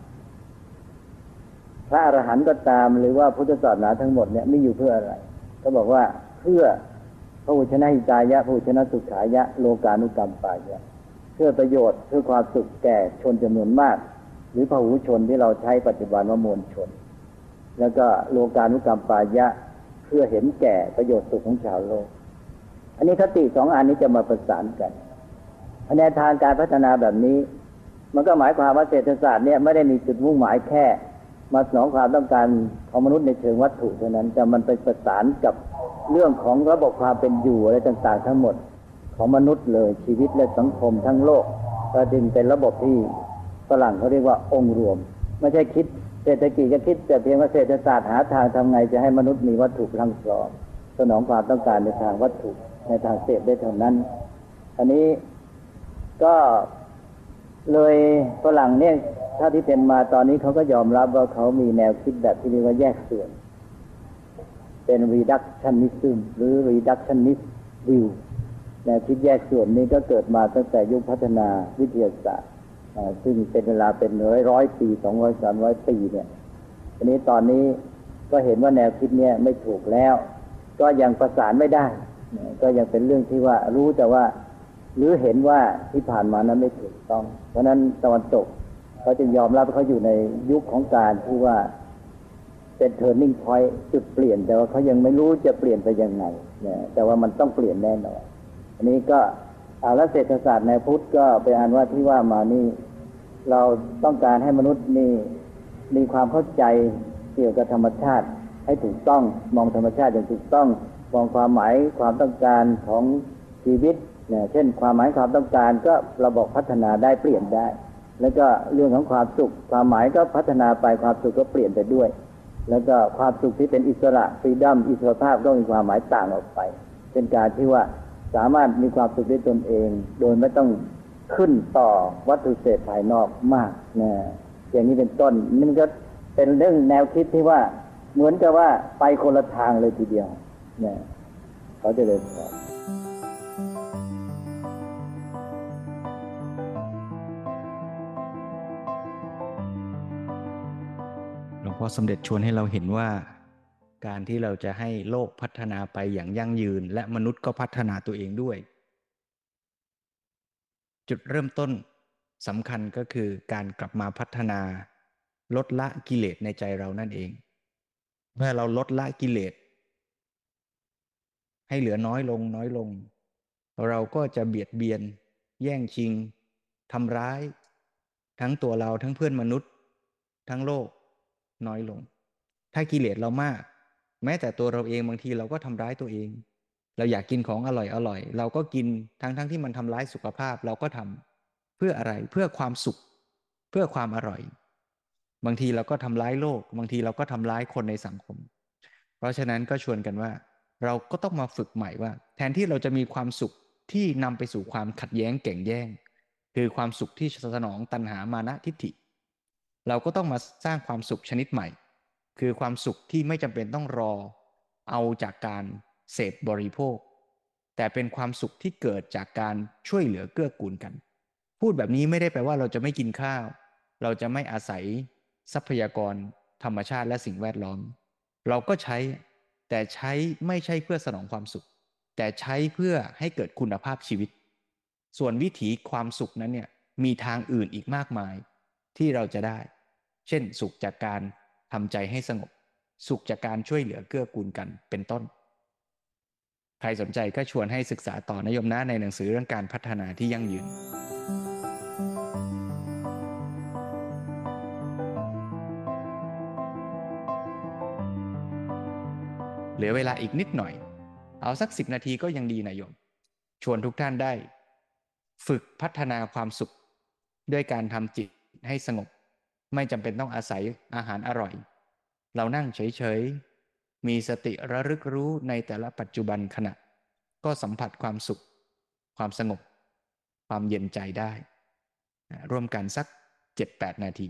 พระอรหันต์ก็ตามหรือว่าพุทธศาสนาทั้งหมดเนี่ยไม่อยู่เพื่ออะไรก็บอกว่าเพื่อพหุชนะหิตายะพหุชนะสุขายะโลกานุกรรมปายะเพื่อประโยชน์เพื่อความสุขแก่ชนจำนวนมากหรือพหุชนที่เราใช้ปัจจุบันว่ามวลชนแล้วก็โลกานุกรรมปายะเพื่อเห็นแก่ประโยชน์สุขของชาวโลกอันนี้คติสองอันนี้จะมาประสานกันในทางการพัฒนาแบบนี้มันก็หมายความว่าเศรษฐศาสตร์เนี่ยไม่ได้มีจุดมุ่งหมายแค่มาสนองความต้องการของมนุษย์ในเชิงวัตถุเท่านั้นแต่มันไปประสานกับเรื่องของระบบความเป็นอยู่อะไรต่างๆทั้งหมดของมนุษย์เลยชีวิตและสังคมทั้งโลกก็จึงเป็นระบบที่ฝรั่งเขาเรียกว่าองค์รวมไม่ใช่คิดเศรษฐกิจจะคิดแต่เพียงว่าเศรษฐศาสตร์หาทางทำไงจะให้มนุษย์มีวัตถุพรั่งพร้อมสนองความต้องการในทางวัตถุในทางเสพได้เท่านั้นอันนี้ก็เลยฝรั่งเนี่ยถ้าที่เป็นมาตอนนี้เขาก็ยอมรับว่าเขามีแนวคิดแบบที่เรียกว่าแยกส่วนเป็น reductionism หรือ reductionist view แนวคิดแยกส่วนนี้ก็เกิดมาตั้งแต่ยุคพัฒนาวิทยาศาสตร์ซึ่งเป็นเวลาเป็นร้อยปี200-300 ปีเนี่ยทีนี้ตอนนี้ก็เห็นว่าแนวคิดเนี่ยไม่ถูกแล้วก็ยังประสานไม่ได้ก็ยังเป็นเรื่องที่ว่ารู้แต่ว่าหรือเห็นว่าที่ผ่านมานั้นไม่ถูกต้องเพราะนั้นตะวันตกเขาจะยอมรับเขาอยู่ในยุคของการที่ว่าเป็น turning point จุดเปลี่ยนแต่ว่าเขายังไม่รู้จะเปลี่ยนไปยังไงแต่ว่ามันต้องเปลี่ยนแน่นอนอันนี้ก็แล้วเศรษฐศาสตร์ในพุทธก็เป็นอันว่าที่ว่ามานี่เราต้องการให้มนุษย์มีความเข้าใจเกี่ยวกับธรรมชาติให้ถูกต้องมองธรรมชาติอย่างถูกต้องมองความหมายความต้องการของชีวิตเช่นความหมายความต้องการก็เราบอกพัฒนาได้เปลี่ยนได้แล้วก็เรื่องของความสุขความหมายก็พัฒนาไปความสุขก็เปลี่ยนไปด้วยแล้วก็ความสุขที่เป็นอิสระฟรีดัมอิสรภาพก็มีความหมายต่างออกไปเป็นการที่ว่าสามารถมีความสุขด้วยตนเองโดยไม่ต้องขึ้นต่อวัตถุเสพภายนอกมากนะอย่างนี้เป็นต้นนี่ก็เป็นเรื่องแนวคิดที่ว่าเหมือนกับว่าไปคนละทางเลยทีเดียวนะเขาจะเลยหลวงพ่อสมเด็จชวนให้เราเห็นว่าการที่เราจะให้โลกพัฒนาไปอย่างยั่งยืนและมนุษย์ก็พัฒนาตัวเองด้วยจุดเริ่มต้นสำคัญก็คือการกลับมาพัฒนาลดละกิเลสในใจเรานั่นเองเมื่อเราลดละกิเลสให้เหลือน้อยลงเราก็จะเบียดเบียนแย่งชิงทำร้ายทั้งตัวเราทั้งเพื่อนมนุษย์ทั้งโลกน้อยลงถ้ากิเลสเรามากแม้แต่ตัวเราเองบางทีเราก็ทำร้ายตัวเองเราอยากกินของอร่อยอร่อยเราก็กินทั้งที่มันทำร้ายสุขภาพเราก็ทำเพื่ออะไรเพื่อความสุขเพื่อความอร่อยบางทีเราก็ทำร้ายโลกบางทีเราก็ทำร้ายคนในสังคมเพราะฉะนั้นก็ชวนกันว่าเราก็ต้องมาฝึกใหม่ว่าแทนที่เราจะมีความสุขที่นำไปสู่ความขัดแย้งแก่งแย่งคือความสุขที่สนองตัณหามานะทิฏฐิเราก็ต้องมาสร้างความสุขชนิดใหม่คือความสุขที่ไม่จำเป็นต้องรอเอาจากการเสพบริโภคแต่เป็นความสุขที่เกิดจากการช่วยเหลือเกื้อกูลกันพูดแบบนี้ไม่ได้แปลว่าเราจะไม่กินข้าวเราจะไม่อาศัยทรัพยากรธรรมชาติและสิ่งแวดล้อมเราก็ใช้แต่ใช้ไม่ใช่เพื่อสนองความสุขแต่ใช้เพื่อให้เกิดคุณภาพชีวิตส่วนวิถีความสุขนั้นเนี่ยมีทางอื่นอีกมากมายที่เราจะได้เช่นสุขจากการทำใจให้สงบสุขจากการช่วยเหลือเกื้อกูลกันเป็นต้นใครสนใจก็ชวนให้ศึกษาต่อนะโยมนะในหนังสือเรื่องการพัฒนาที่ยั่งยืนเหลือเวลาอีกนิดหน่อยเอาสัก10 นาทีก็ยังดีนะโยมชวนทุกท่านได้ฝึกพัฒนาความสุขด้วยการทำจิตให้สงบไม่จำเป็นต้องอาศัยอาหารอร่อยเรานั่งเฉยๆมีสติระลึกรู้ในแต่ละปัจจุบันขณะก็สัมผัสความสุขความสงบความเย็นใจได้ร่วมกันสัก7-8 นาที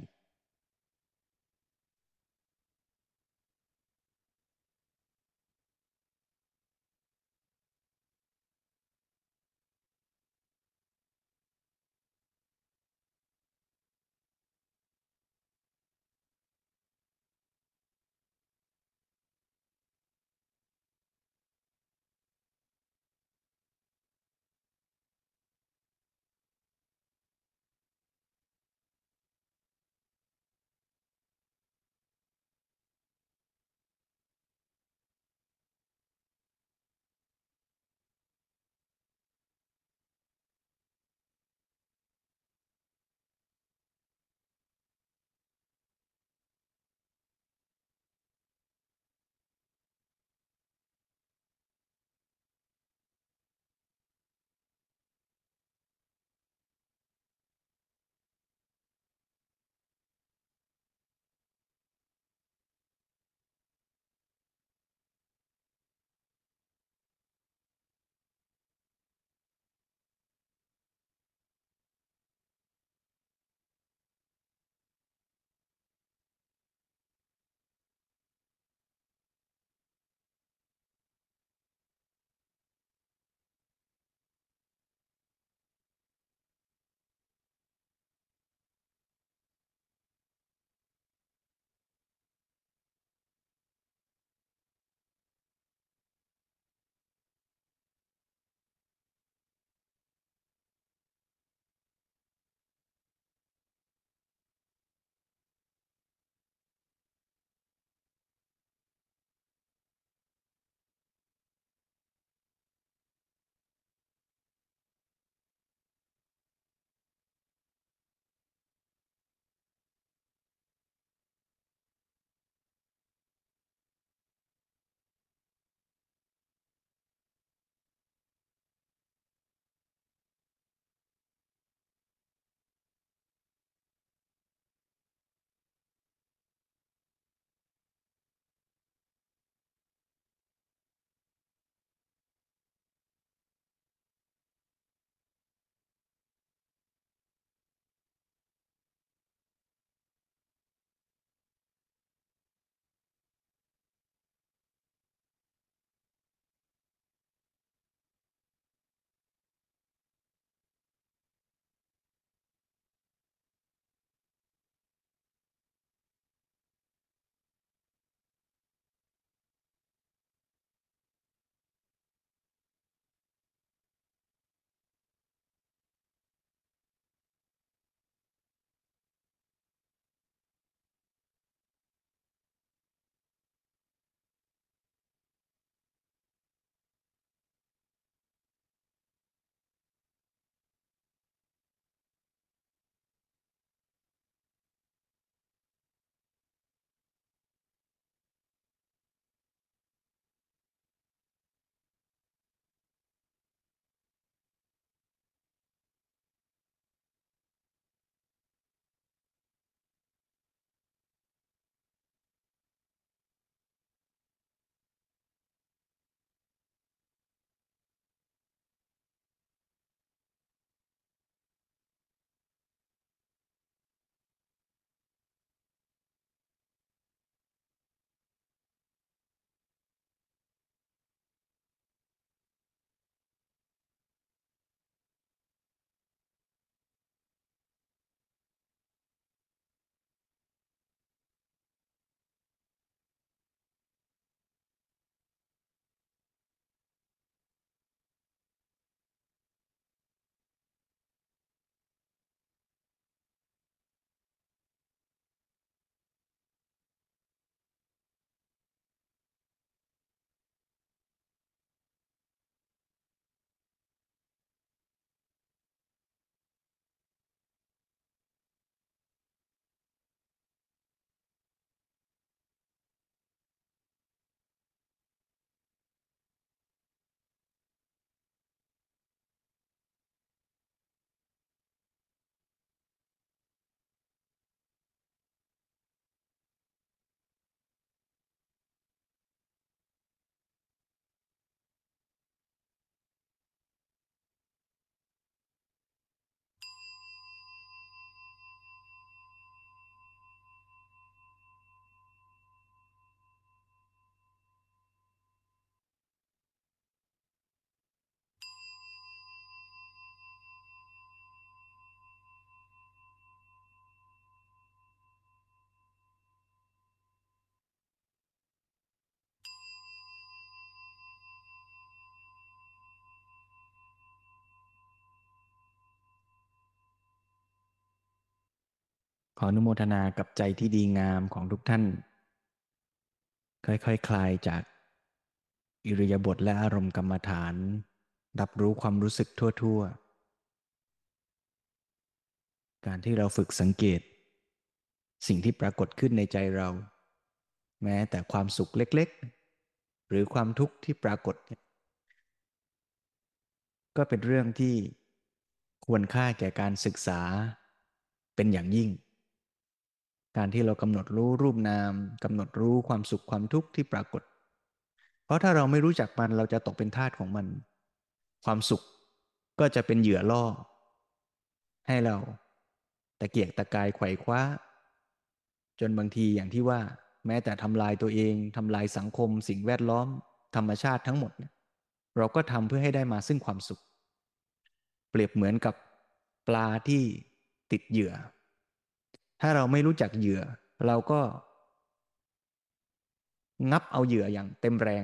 ขออนุโมทนากับใจที่ดีงามของทุกท่านค่อยๆ คลายจากอิริยาบถและอารมณ์กรรมฐานรับรู้ความรู้สึกทั่วๆการที่เราฝึกสังเกตสิ่งที่ปรากฏขึ้นในใจเราแม้แต่ความสุขเล็กๆหรือความทุกข์ที่ปรากฏก็เป็นเรื่องที่ควรค่าแก่การศึกษาเป็นอย่างยิ่งการที่เรากำหนดรู้รูปนามกำหนดรู้ความสุขความทุกข์ที่ปรากฏเพราะถ้าเราไม่รู้จักมันเราจะตกเป็นทาสของมันความสุขก็จะเป็นเหยื่อล่อให้เราตะเกียกตะกายไขว่คว้าจนบางทีอย่างที่ว่าแม้แต่ทำลายตัวเองทำลายสังคมสิ่งแวดล้อมธรรมชาติทั้งหมดเราก็ทำเพื่อให้ได้มาซึ่งความสุขเปรียบเหมือนกับปลาที่ติดเหยื่อถ้าเราไม่รู้จักเหยื่อเราก็งับเอาเหยื่ออย่างเต็มแรง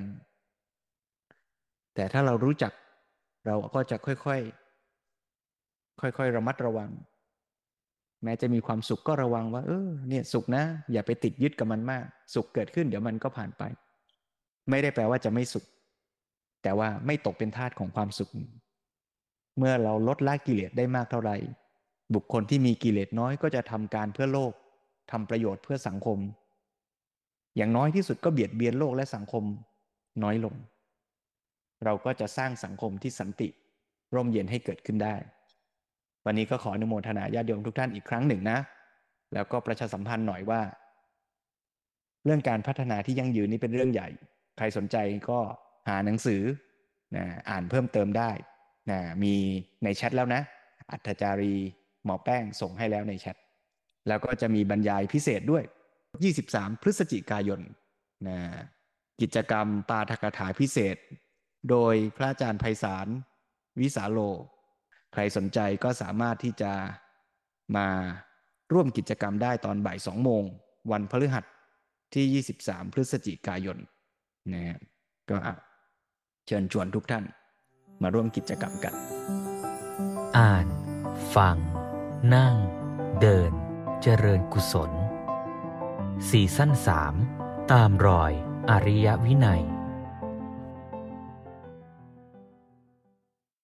แต่ถ้าเรารู้จักเราก็จะค่อยๆระมัดระวังแม้จะมีความสุขก็ระวังว่าเนี่ยสุขนะอย่าไปติดยึดกับมันมากสุขเกิดขึ้นเดี๋ยวมันก็ผ่านไปไม่ได้แปลว่าจะไม่สุขแต่ว่าไม่ตกเป็นทาสของความสุขเมื่อเราลดละกิเลสได้มากเท่าไหร่บุคคลที่มีกิเลสน้อยก็จะทำการเพื่อโลกทำประโยชน์เพื่อสังคมอย่างน้อยที่สุดก็เบียดเบียนโลกและสังคมน้อยลงเราก็จะสร้างสังคมที่สันติร่มเย็นให้เกิดขึ้นได้วันนี้ก็ขออนุโมทนาญาติโยมทุกท่านอีกครั้งหนึ่งนะแล้วก็ประชาสัมพันธ์หน่อยว่าเรื่องการพัฒนาที่ยั่งยืนนี่เป็นเรื่องใหญ่ใครสนใจก็หาหนังสืออ่านเพิ่มเติมได้มีในแชทแล้วนะอัธจารีหมอแป้งส่งให้แล้วในแชทแล้วก็จะมีบรรยายพิเศษด้วย23 พฤศจิกายนกิจกรรมปาฐกถาพิเศษโดยพระอาจารย์ไพศาลวิสาโลใครสนใจก็สามารถที่จะมาร่วมกิจกรรมได้ตอนบ่าย 2 โมงวันพฤหัสที่23 พฤศจิกายนนะก็เชิญชวนทุกท่านมาร่วมกิจกรรมกันอ่านฟังนั่งเดินเจริญกุศลซีซั่น 3ตามรอยอริยวินัย